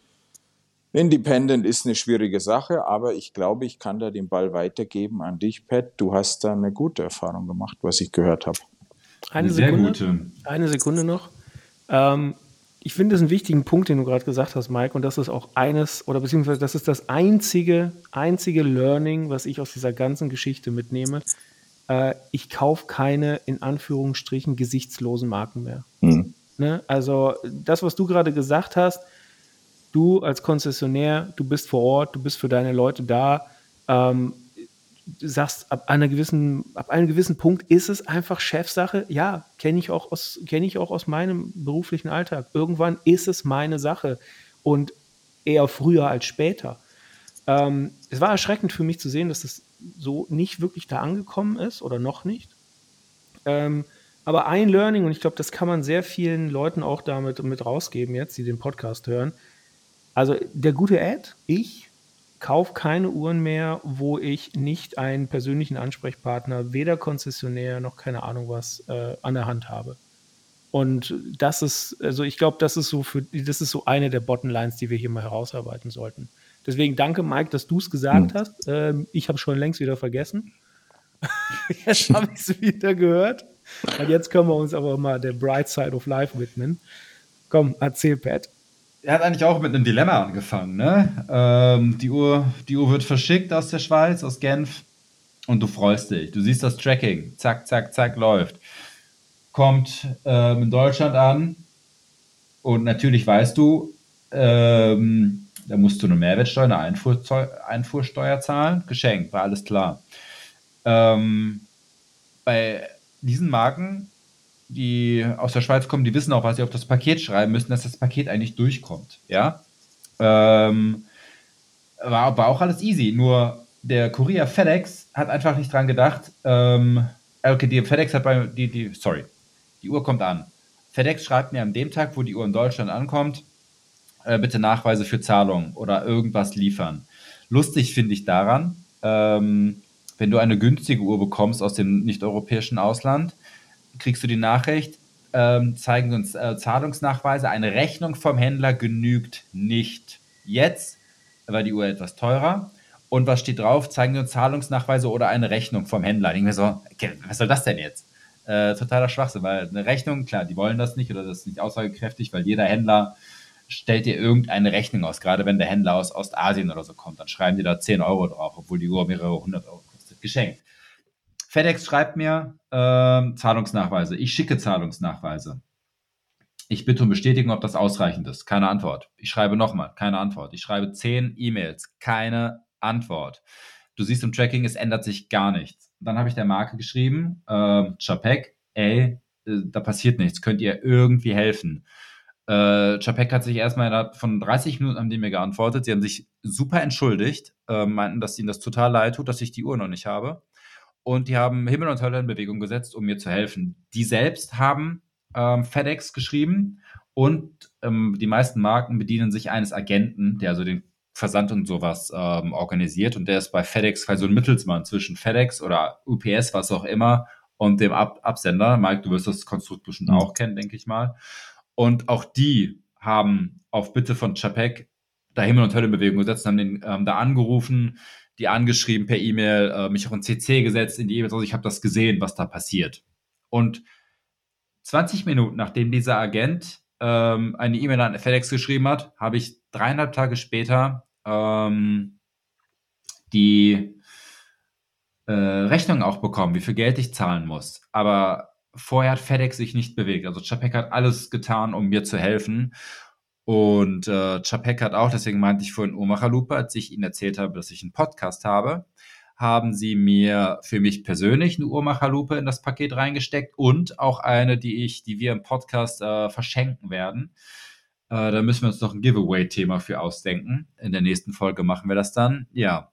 Independent ist eine schwierige Sache, aber ich glaube, ich kann da den Ball weitergeben an dich, Pat. Du hast da eine gute Erfahrung gemacht, was ich gehört habe. Eine Sehr Sekunde, gute. eine Sekunde noch. Ähm, ich finde das einen wichtigen Punkt, den du gerade gesagt hast, Mike, und das ist auch eines, oder beziehungsweise das ist das einzige, einzige Learning, was ich aus dieser ganzen Geschichte mitnehme. Äh, ich kaufe keine, in Anführungsstrichen, gesichtslosen Marken mehr. Hm. Ne? Also das, was du gerade gesagt hast, du als Konzessionär, du bist vor Ort, du bist für deine Leute da, ähm, du sagst, ab einer gewissen, ab einem gewissen Punkt ist es einfach Chefsache. Ja, kenne ich auch aus, kenne ich auch aus meinem beruflichen Alltag. Irgendwann ist es meine Sache und eher früher als später. Ähm, es war erschreckend für mich zu sehen, dass das so nicht wirklich da angekommen ist oder noch nicht. Ähm, aber ein Learning, und ich glaube, das kann man sehr vielen Leuten auch damit mit rausgeben jetzt, die den Podcast hören. Also der gute Ed, ich kaufe keine Uhren mehr, wo ich nicht einen persönlichen Ansprechpartner, weder Konzessionär noch keine Ahnung was, äh, an der Hand habe. Und das ist, also ich glaube, das ist so für, das ist so eine der Bottomlines, die wir hier mal herausarbeiten sollten. Deswegen danke, Mike, dass du es gesagt Hm. hast. Ähm, ich habe schon längst wieder vergessen. Jetzt habe ich es wieder gehört. Und jetzt können wir uns aber mal der Bright Side of Life widmen. Komm, erzähl, Pat. Er hat eigentlich auch mit einem Dilemma angefangen, ne? Ähm, die Uhr, die Uhr wird verschickt aus der Schweiz, aus Genf, und du freust dich. Du siehst das Tracking, zack, zack, zack, läuft. Kommt ähm, in Deutschland an und natürlich weißt du, ähm, da musst du eine Mehrwertsteuer, eine Einfuhrzoll, Einfuhrsteuer zahlen. Geschenkt, war alles klar. Ähm, bei diesen Marken, die aus der Schweiz kommen, die wissen auch, was sie auf das Paket schreiben müssen, dass das Paket eigentlich durchkommt. Ja? Ähm, war, war auch alles easy, nur der Kurier FedEx hat einfach nicht dran gedacht. Ähm, okay, die FedEx hat bei die, die, sorry, die Uhr kommt an. FedEx schreibt mir an dem Tag, wo die Uhr in Deutschland ankommt, äh, bitte Nachweise für Zahlung oder irgendwas liefern. Lustig finde ich daran, ähm, wenn du eine günstige Uhr bekommst aus dem nicht-europäischen Ausland, kriegst du die Nachricht, ähm, zeigen uns äh, Zahlungsnachweise, eine Rechnung vom Händler genügt nicht. Jetzt war die Uhr etwas teurer. Und was steht drauf? Zeigen Sie uns Zahlungsnachweise oder eine Rechnung vom Händler. Ich denke mir so, okay, was soll das denn jetzt? Äh, totaler Schwachsinn, weil eine Rechnung, klar, die wollen das nicht oder das ist nicht aussagekräftig, weil jeder Händler stellt dir irgendeine Rechnung aus. Gerade wenn der Händler aus Ostasien oder so kommt, dann schreiben die da zehn Euro drauf, obwohl die Uhr mehrere hundert Euro kostet. Geschenkt. FedEx schreibt mir ähm, Zahlungsnachweise. Ich schicke Zahlungsnachweise. Ich bitte um Bestätigung, ob das ausreichend ist. Keine Antwort. Ich schreibe nochmal, keine Antwort. Ich schreibe zehn E-Mails, keine Antwort. Du siehst im Tracking, es ändert sich gar nichts. Dann habe ich der Marke geschrieben, äh, Chapek, ey, äh, da passiert nichts. Könnt ihr irgendwie helfen? Äh, Chapek hat sich erstmal innerhalb von dreißig Minuten haben die mir geantwortet. Sie haben sich super entschuldigt, äh, meinten, dass ihnen das total leid tut, dass ich die Uhr noch nicht habe. Und die haben Himmel und Hölle in Bewegung gesetzt, um mir zu helfen. Die selbst haben ähm, FedEx geschrieben und ähm, die meisten Marken bedienen sich eines Agenten, der also den Versand und sowas ähm, organisiert, und der ist bei FedEx quasi so ein Mittelsmann zwischen FedEx oder U P S, was auch immer, und dem Ab Absender. Mike, du wirst das Konstrukt bestimmt Mhm. auch kennen, denke ich mal. Und auch die haben auf Bitte von Chapek da Himmel und Hölle in Bewegung gesetzt, haben den ähm, da angerufen, die angeschrieben per E-Mail, äh, mich auch in C C gesetzt in die E-Mails. Also ich habe das gesehen, was da passiert. Und zwanzig Minuten, nachdem dieser Agent ähm, eine E-Mail an FedEx geschrieben hat, habe ich dreieinhalb Tage später ähm, die äh, Rechnung auch bekommen, wie viel Geld ich zahlen muss. Aber vorher hat FedEx sich nicht bewegt. Also Chapek hat alles getan, um mir zu helfen. Und äh, Chapek hat auch, deswegen meinte ich vorhin Uhrmacherlupe, als ich Ihnen erzählt habe, dass ich einen Podcast habe, haben sie mir für mich persönlich eine Uhrmacherlupe in das Paket reingesteckt und auch eine, die ich, die wir im Podcast äh, verschenken werden. Äh, da müssen wir uns noch ein Giveaway-Thema für ausdenken. In der nächsten Folge machen wir das dann. Ja.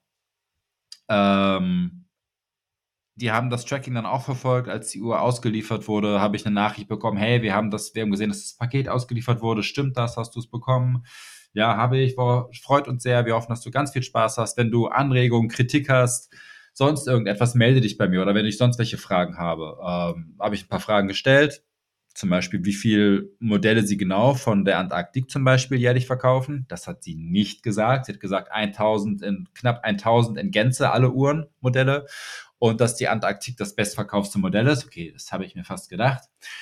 Ähm, die haben das Tracking dann auch verfolgt. Als die Uhr ausgeliefert wurde, habe ich eine Nachricht bekommen, hey, wir haben das, wir haben gesehen, dass das Paket ausgeliefert wurde. Stimmt das? Hast du es bekommen? Ja, habe ich. War, freut uns sehr. Wir hoffen, dass du ganz viel Spaß hast. Wenn du Anregungen, Kritik hast, sonst irgendetwas, melde dich bei mir. Oder wenn ich sonst welche Fragen habe. Ähm, habe ich ein paar Fragen gestellt. Zum Beispiel, wie viele Modelle sie genau von der Antarktik zum Beispiel jährlich verkaufen. Das hat sie nicht gesagt. Sie hat gesagt, tausend in, knapp tausend in Gänze, alle Uhrenmodelle. Und dass die Antarktik das bestverkaufte Modell ist. Okay, das habe ich mir fast gedacht.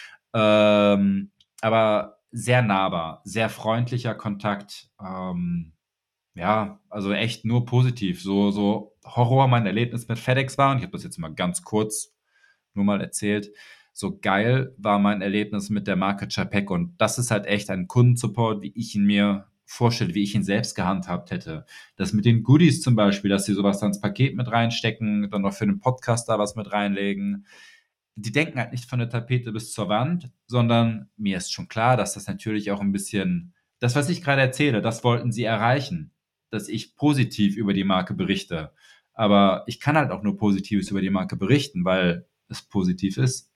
Ähm, aber sehr nahbar, sehr freundlicher Kontakt. Ähm, ja, also echt nur positiv. So, so Horror mein Erlebnis mit FedEx war, und ich habe das jetzt mal ganz kurz nur mal erzählt. So geil war mein Erlebnis mit der Marke Chapek, und das ist halt echt ein Kundensupport, wie ich ihn mir vorstelle, wie ich ihn selbst gehandhabt hätte. Das mit den Goodies zum Beispiel, dass sie sowas dann ins Paket mit reinstecken, dann noch für den Podcast da was mit reinlegen. Die denken halt nicht von der Tapete bis zur Wand, sondern mir ist schon klar, dass das natürlich auch ein bisschen, das, was ich gerade erzähle, das wollten sie erreichen, dass ich positiv über die Marke berichte. Aber ich kann halt auch nur Positives über die Marke berichten, weil es positiv ist.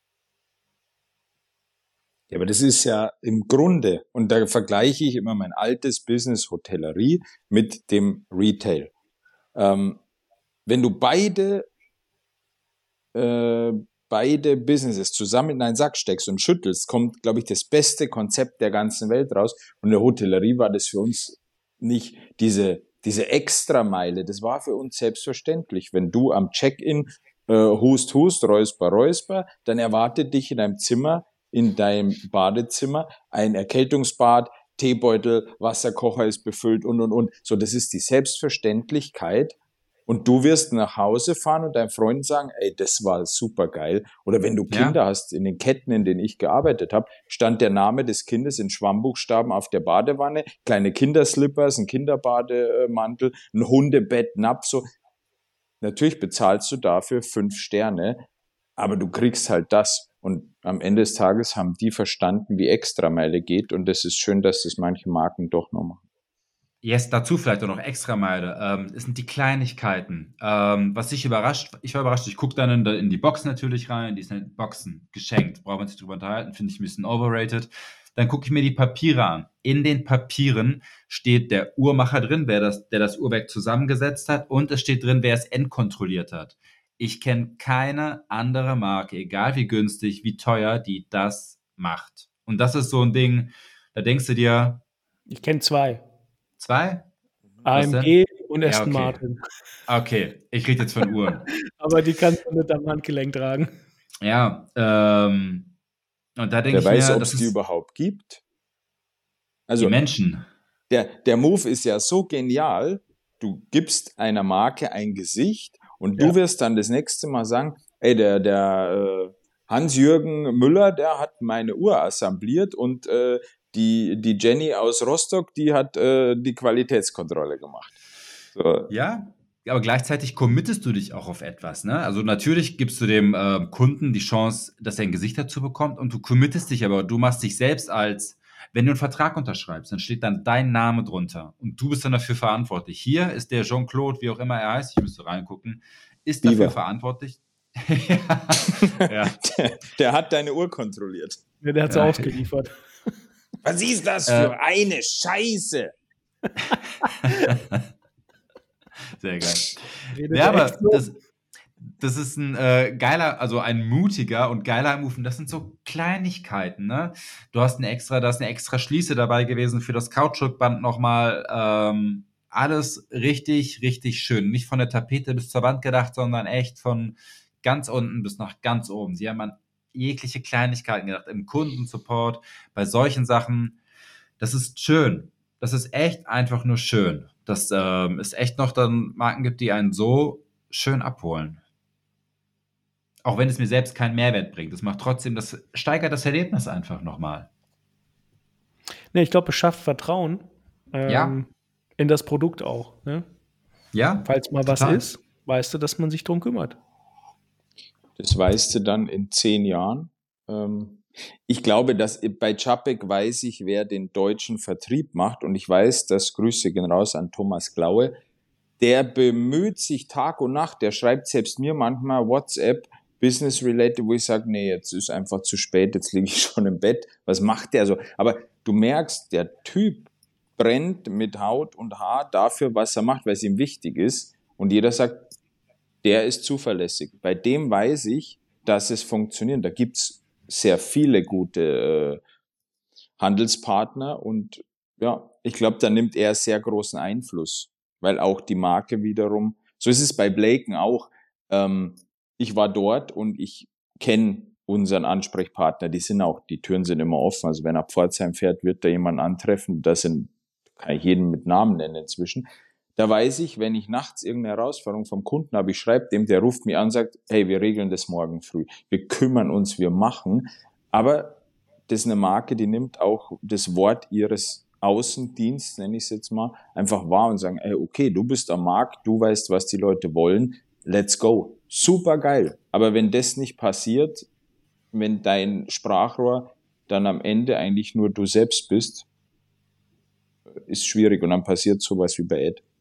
Ja, aber das ist ja im Grunde, und da vergleiche ich immer mein altes Business Hotellerie mit dem Retail. Ähm, wenn du beide, äh, beide Businesses zusammen in einen Sack steckst und schüttelst, kommt, glaube ich, das beste Konzept der ganzen Welt raus. Und in der Hotellerie war das für uns nicht diese, diese Extrameile. Das war für uns selbstverständlich. Wenn du am Check-in äh, hust, hust, räusper, räusper, dann erwartet dich in deinem Zimmer, in deinem Badezimmer ein Erkältungsbad, Teebeutel, Wasserkocher ist befüllt und, und, und. So, das ist die Selbstverständlichkeit. Und du wirst nach Hause fahren und deinen Freunden sagen, ey, das war super geil. Oder wenn du Kinder Ja. hast, in den Ketten, in denen ich gearbeitet habe, stand der Name des Kindes in Schwammbuchstaben auf der Badewanne, kleine Kinderslippers, ein Kinderbademantel, ein Hundebett, Napf, so. Natürlich bezahlst du dafür fünf Sterne, aber du kriegst halt das. Und am Ende des Tages haben die verstanden, wie Extrameile geht. Und das ist schön, dass das manche Marken doch noch machen. Yes, dazu vielleicht auch noch extra Meile. Ähm, es sind die Kleinigkeiten. Ähm, was ich überrascht, ich war überrascht, ich gucke dann in, in die Box natürlich rein, die sind Boxen geschenkt, braucht man sich drüber unterhalten, finde ich ein bisschen overrated. Dann gucke ich mir die Papiere an. In den Papieren steht der Uhrmacher drin, wer das, der das Uhrwerk zusammengesetzt hat, und es steht drin, wer es endkontrolliert hat. Ich kenne keine andere Marke, egal wie günstig, wie teuer, die das macht. Und das ist so ein Ding, da denkst du dir, Ich kenne zwei. zwei? Was A M denn? G und Ja, Aston okay. Martin. Okay, ich rede jetzt von Uhren. Aber die kannst du nicht am Handgelenk tragen. Ja, ähm, und da denke Wer ich weiß, mir, ob das es die ist überhaupt gibt. die Also Menschen. der, der Move ist ja so genial, du gibst einer Marke ein Gesicht und Ja. du wirst dann das nächste Mal sagen, ey, der, der äh, Hans-Jürgen Müller, der hat meine Uhr assembliert und äh, die, die Jenny aus Rostock, die hat äh, die Qualitätskontrolle gemacht. So. Ja, aber gleichzeitig committest du dich auch auf etwas, ne? Also natürlich gibst du dem äh, Kunden die Chance, dass er ein Gesicht dazu bekommt, und du committest dich, aber du machst dich selbst als, wenn du einen Vertrag unterschreibst, dann steht dann dein Name drunter und du bist dann dafür verantwortlich. Hier ist der Jean-Claude, wie auch immer er heißt, ich müsste reingucken, ist dafür Beaver. verantwortlich. ja, ja. Der, der hat deine Uhr kontrolliert. Ja, der hat sie Ja. ausgeliefert. Was ist das Äh. für eine Scheiße? Sehr geil. Redet Ja, er aber echt so? das, das ist ein äh, geiler, also ein mutiger und geiler Move. Und das sind so Kleinigkeiten, ne? Du hast eine extra, da ist eine extra Schließe dabei gewesen für das Kautschukband nochmal. Ähm, alles richtig, richtig schön. Nicht von der Tapete bis zur Wand gedacht, sondern echt von ganz unten bis nach ganz oben. Sie haben an jegliche Kleinigkeiten gedacht, im Kundensupport, bei solchen Sachen. Das ist schön. Das ist echt einfach nur schön. Dass ähm, es echt noch dann Marken gibt, die einen so schön abholen. Auch wenn es mir selbst keinen Mehrwert bringt. Das macht trotzdem, das steigert das Erlebnis einfach nochmal. Nee, ich glaube, es schafft Vertrauen ähm, Ja. in das Produkt auch. Ne? Ja, Falls mal total. was ist, weißt du, dass man sich drum kümmert. Das weißt du dann in zehn Jahren. Ähm, ich glaube, dass bei Čapek weiß ich, wer den deutschen Vertrieb macht. Und ich weiß, dass, Grüße gehen raus an Thomas Glaue, der bemüht sich Tag und Nacht. Der schreibt selbst mir manchmal WhatsApp, Business-related, wo ich sage, nee, jetzt ist einfach zu spät, jetzt liege ich schon im Bett. Was macht der so? Aber du merkst, der Typ brennt mit Haut und Haar dafür, was er macht, weil es ihm wichtig ist. Und jeder sagt, der ist zuverlässig. Bei dem weiß ich, dass es funktioniert. Da gibt's sehr viele gute äh, Handelspartner und ja, ich glaube, da nimmt er sehr großen Einfluss, weil auch die Marke wiederum, so ist es bei Blaken auch, ähm, ich war dort und ich kenne unseren Ansprechpartner, die sind auch, die Türen sind immer offen, also wenn er ab Pforzheim fährt, wird da jemand antreffen, das sind, kann ich jeden mit Namen nennen inzwischen. Da weiß ich, wenn ich nachts irgendeine Herausforderung vom Kunden habe, ich schreibe dem, der ruft mich an und sagt, hey, wir regeln das morgen früh. Wir kümmern uns, wir machen. Aber das ist eine Marke, die nimmt auch das Wort ihres Außendienst, nenne ich es jetzt mal, einfach wahr und sagen, ey, okay, du bist am Markt, du weißt, was die Leute wollen, let's go. Super geil. Aber wenn das nicht passiert, wenn dein Sprachrohr dann am Ende eigentlich nur du selbst bist, ist schwierig und dann passiert sowas wie bei Ed.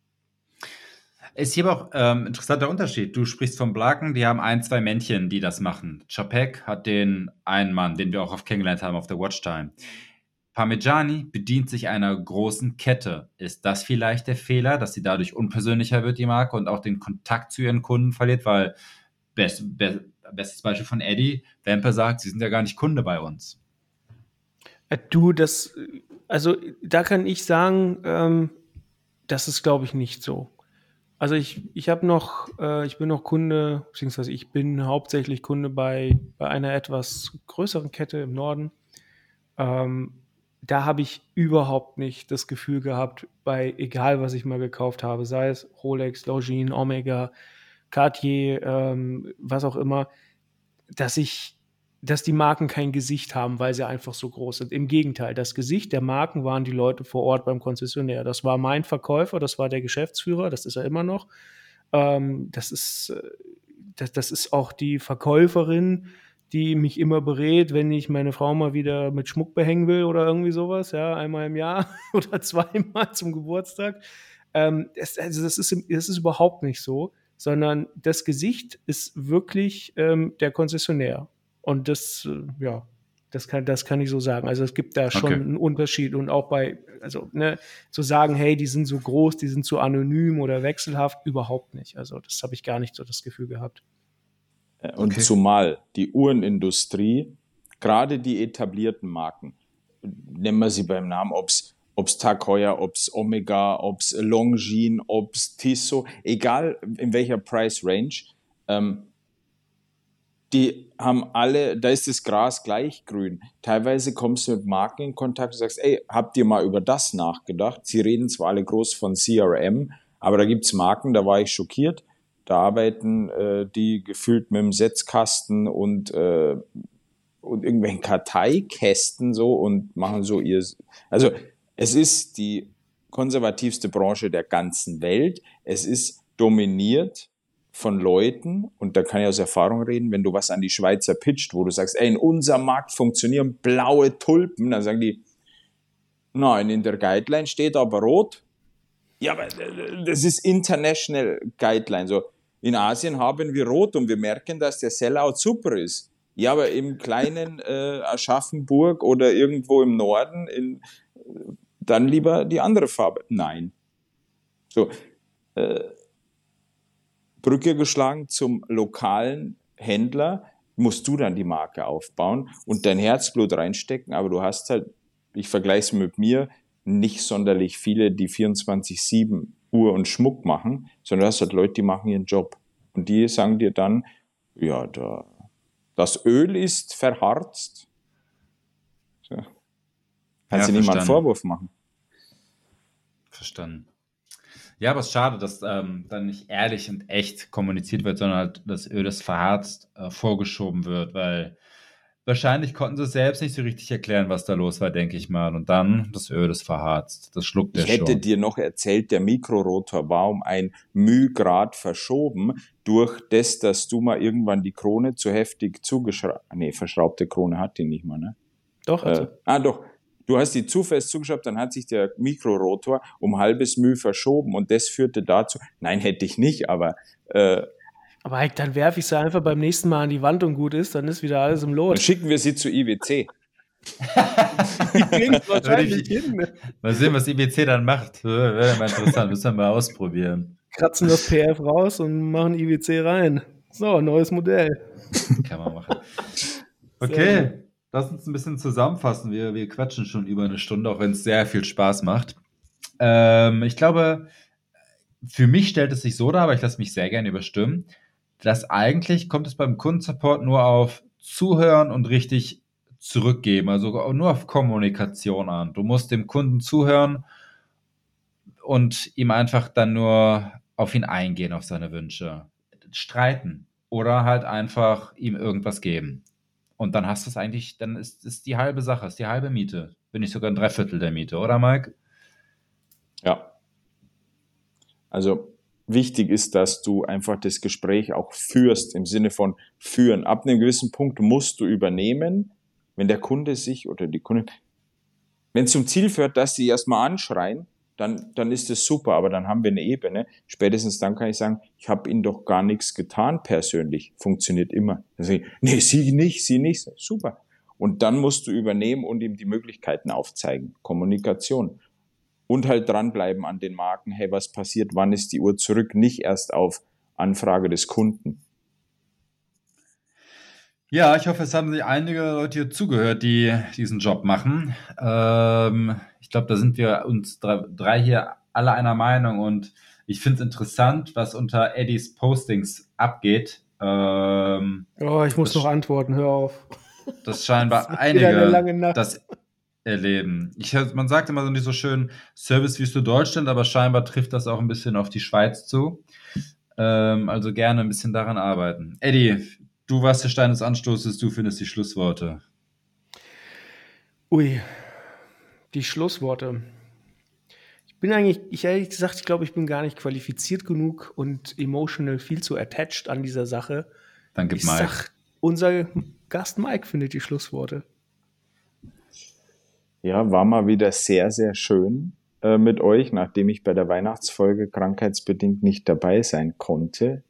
Ist hier aber auch ähm, interessanter Unterschied. Du sprichst von Blaken, die haben ein, zwei Männchen, die das machen. Chapek hat den einen Mann, den wir auch oft kennengelernt haben auf der Watchtime. Parmigiani bedient sich einer großen Kette. Ist das vielleicht der Fehler, dass sie dadurch unpersönlicher wird, die Marke, und auch den Kontakt zu ihren Kunden verliert? Weil, best, best, bestes Beispiel von Eddie, Wempe sagt, sie sind ja gar nicht Kunde bei uns. Äh, Du, das, also da kann ich sagen, ähm, das ist, glaube ich, nicht so. Also ich, ich habe noch, äh, ich bin noch Kunde, beziehungsweise ich bin hauptsächlich Kunde bei, bei einer etwas größeren Kette im Norden. Ähm, da habe ich überhaupt nicht das Gefühl gehabt, bei egal was ich mal gekauft habe, sei es Rolex, Longines, Omega, Cartier, ähm, was auch immer, dass ich, dass die Marken kein Gesicht haben, weil sie einfach so groß sind. Im Gegenteil, das Gesicht der Marken waren die Leute vor Ort beim Konzessionär. Das war mein Verkäufer, das war der Geschäftsführer, das ist er immer noch. Ähm, das ist, äh, das, das ist auch die Verkäuferin, die mich immer berät, wenn ich meine Frau mal wieder mit Schmuck behängen will oder irgendwie sowas, ja, einmal im Jahr oder zweimal zum Geburtstag. Ähm, das, also das ist, das ist überhaupt nicht so, sondern das Gesicht ist wirklich ähm, der Konzessionär. Und das, äh, ja, das kann, das kann ich so sagen. Also es gibt da schon Okay. einen Unterschied und auch bei, also ne, zu sagen, hey, die sind so groß, die sind so anonym oder wechselhaft, überhaupt nicht. Also das habe ich gar nicht so das Gefühl gehabt. Und Okay. zumal die Uhrenindustrie, gerade die etablierten Marken, nennen wir sie beim Namen, ob's ob's Tag Heuer, ob's Omega, ob's Longines, ob's Tissot, egal in welcher Price Range, ähm, die haben alle, da ist das Gras gleich grün. Teilweise kommst du mit Marken in Kontakt und sagst, ey, habt ihr mal über das nachgedacht? Sie reden zwar alle groß von C R M, aber da gibt's Marken, da war ich schockiert. Da arbeiten äh, die gefüllt mit dem Setzkasten und, äh, und irgendwelchen Karteikästen so und machen so ihr... Also es ist die konservativste Branche der ganzen Welt. Es ist dominiert von Leuten, und da kann ich aus Erfahrung reden, wenn du was an die Schweizer pitcht, wo du sagst, ey, in unserem Markt funktionieren blaue Tulpen, dann sagen die, nein, in der Guideline steht aber rot. Ja, aber das ist International Guideline. So, in Asien haben wir rot und wir merken, dass der Sellout super ist. Ja, aber im kleinen äh, Aschaffenburg oder irgendwo im Norden, in, dann lieber die andere Farbe. Nein. So, äh, Brücke geschlagen zum lokalen Händler, musst du dann die Marke aufbauen und dein Herzblut reinstecken, aber du hast halt, ich vergleiche es mit mir, nicht sonderlich viele, die vierundzwanzig sieben Uhr und Schmuck machen, sondern du hast halt Leute, die machen ihren Job. Und die sagen dir dann, ja, da, das Öl ist verharzt. So. Kannst Ja, du niemand einen verstanden. Vorwurf machen. Verstanden. Ja, aber es ist schade, dass ähm, dann nicht ehrlich und echt kommuniziert wird, sondern halt das Öl, das verharzt, äh, vorgeschoben wird, weil wahrscheinlich konnten sie es selbst nicht so richtig erklären, was da los war, denke ich mal. Und dann das Öl, das verharzt, das schluckt der Ich hätte schon. dir noch erzählt, der Mikrorotor war um ein μ-Grad verschoben durch das, dass du mal irgendwann die Krone zu heftig zugeschraubt, nee, verschraubte Krone hat die nicht mal, ne? Doch, also. Äh, ah, doch. Du hast die zu fest zugeschraubt, dann hat sich der Mikrorotor um halbes μ verschoben und das führte dazu, nein, hätte ich nicht, aber äh, Aber halt, dann werfe ich sie einfach beim nächsten Mal an die Wand und gut ist, dann ist wieder alles im dann Lot. schicken wir sie zu I W C. Die kriegen es wahrscheinlich hin. Ne? Mal sehen, was I B C dann macht. Wäre mal interessant, müssen wir mal ausprobieren. Kratzen das P F raus und machen I W C rein. So, neues Modell. Kann man machen. Okay, lass uns ein bisschen zusammenfassen. Wir, wir quatschen schon über eine Stunde, auch wenn es sehr viel Spaß macht. Ähm, ich glaube, für mich stellt es sich so dar, aber ich lasse mich sehr gerne überstimmen, dass eigentlich kommt es beim Kundensupport nur auf Zuhören und richtig zurückgeben, also nur auf Kommunikation an. Du musst dem Kunden zuhören und ihm einfach dann nur auf ihn eingehen, auf seine Wünsche. Streiten oder halt einfach ihm irgendwas geben. Und dann hast du es eigentlich, dann ist es die halbe Sache, ist die halbe Miete. wenn nicht sogar ein Dreiviertel der Miete, oder Mike? Ja. Also wichtig ist, dass du einfach das Gespräch auch führst, im Sinne von führen. Ab einem gewissen Punkt musst du übernehmen, wenn der Kunde sich oder die Kundin, wenn es zum Ziel führt, dass sie erstmal anschreien, dann, dann ist das super, aber dann haben wir eine Ebene. Spätestens dann kann ich sagen, ich habe ihnen doch gar nichts getan persönlich. Funktioniert immer. Dann sage ich, nee, sie nicht, sie nicht. Super. Und dann musst du übernehmen und ihm die Möglichkeiten aufzeigen. Kommunikation. Und halt dranbleiben an den Marken, hey, was passiert, wann ist die Uhr zurück? Nicht erst auf Anfrage des Kunden. Ja, ich hoffe, es haben sich einige Leute hier zugehört, die diesen Job machen. Ähm, ich glaube, da sind wir uns drei, drei hier alle einer Meinung und ich finde es interessant, was unter Eddies Postings abgeht. Ähm, Oh, ich muss das, noch antworten, hör auf. Das scheinbar Das ist wieder eine lange einige Nacht. das erleben. Ich, man sagt immer so nicht so schön Service wie es für Deutschland, aber scheinbar trifft das auch ein bisschen auf die Schweiz zu. Ähm, also gerne ein bisschen daran arbeiten. Eddie, du warst der Stein des Anstoßes, du findest die Schlussworte. Ui, die Schlussworte. Ich bin eigentlich, ich ehrlich gesagt, ich glaube, ich bin gar nicht qualifiziert genug und emotional viel zu attached an dieser Sache. Dann gib Ich Mike. sag, unser Gast Mike findet die Schlussworte. Ja, war mal wieder sehr, sehr schön äh, mit euch, nachdem ich bei der Weihnachtsfolge krankheitsbedingt nicht dabei sein konnte.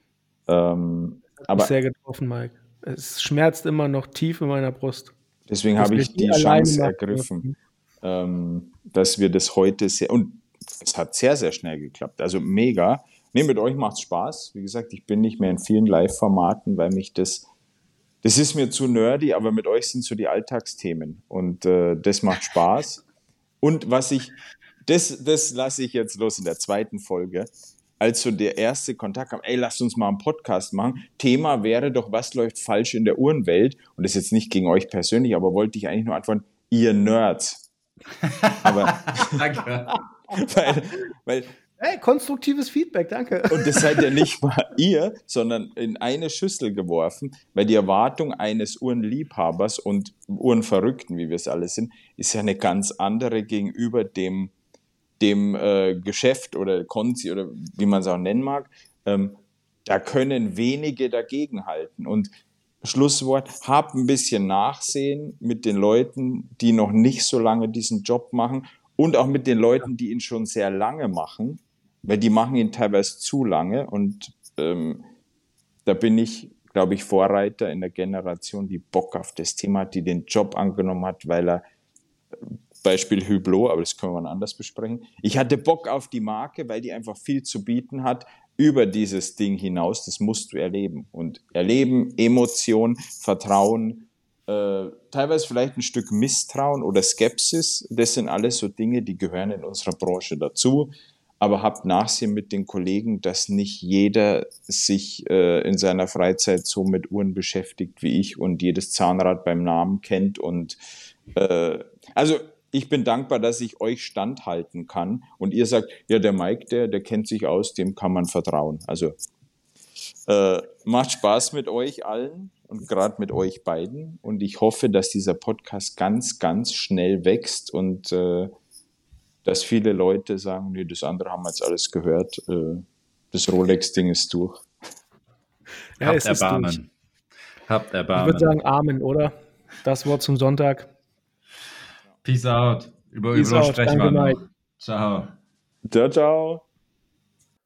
Ähm, aber sehr getroffen, Mike. Es schmerzt immer noch tief in meiner Brust. Deswegen habe ich die Chance ergriffen, ähm, dass wir das heute sehr, und es hat sehr, sehr schnell geklappt, also mega. Nee, mit euch macht's Spaß. Wie gesagt, ich bin nicht mehr in vielen Live-Formaten, weil mich das, das ist mir zu nerdy, aber mit euch sind so die Alltagsthemen und äh, das macht Spaß. Und was ich, das, das lasse ich jetzt los in der zweiten Folge, als so der erste Kontakt kam, ey, lasst uns mal einen Podcast machen. Thema wäre doch, was läuft falsch in der Uhrenwelt? Und das ist jetzt nicht gegen euch persönlich, aber wollte ich eigentlich nur antworten, ihr Nerds. Aber Danke. weil, weil Hey, konstruktives Feedback, danke. Und das seid ja nicht mal ihr, sondern in eine Schüssel geworfen, weil die Erwartung eines Uhrenliebhabers und Uhrenverrückten, wie wir es alle sind, ist ja eine ganz andere gegenüber dem, dem äh, Geschäft oder Konzi oder wie man es auch nennen mag. Ähm, da können wenige dagegenhalten. Und Schlusswort, habt ein bisschen Nachsehen mit den Leuten, die noch nicht so lange diesen Job machen und auch mit den Leuten, die ihn schon sehr lange machen, weil die machen ihn teilweise zu lange und ähm, da bin ich, glaube ich, Vorreiter in der Generation, die Bock auf das Thema hat, die den Job angenommen hat, weil er, Beispiel Hublot, aber das können wir anders besprechen. Ich hatte Bock auf die Marke, weil die einfach viel zu bieten hat über dieses Ding hinaus, das musst du erleben. Und erleben, Emotion, Vertrauen, äh, teilweise vielleicht ein Stück Misstrauen oder Skepsis, das sind alles so Dinge, die gehören in unserer Branche dazu. Aber habt Nachsehen mit den Kollegen, dass nicht jeder sich äh, in seiner Freizeit so mit Uhren beschäftigt wie ich und jedes Zahnrad beim Namen kennt. Und äh, also ich bin dankbar, dass ich euch standhalten kann. Und ihr sagt, ja, der Mike, der, der kennt sich aus, dem kann man vertrauen. Also äh, macht Spaß mit euch allen und gerade mit euch beiden. Und ich hoffe, dass dieser Podcast ganz, ganz schnell wächst und äh, dass viele Leute sagen, nee, das andere haben wir jetzt alles gehört, äh, das Rolex-Ding ist durch. Ja, Habt es ist durch. Erbarmen. Habt Erbarmen. Ich würde sagen Amen, oder? Das Wort zum Sonntag. Peace out. Über Peace Hublot out. sprechen Danke, wir noch. Mike. Ciao. Ciao, ciao.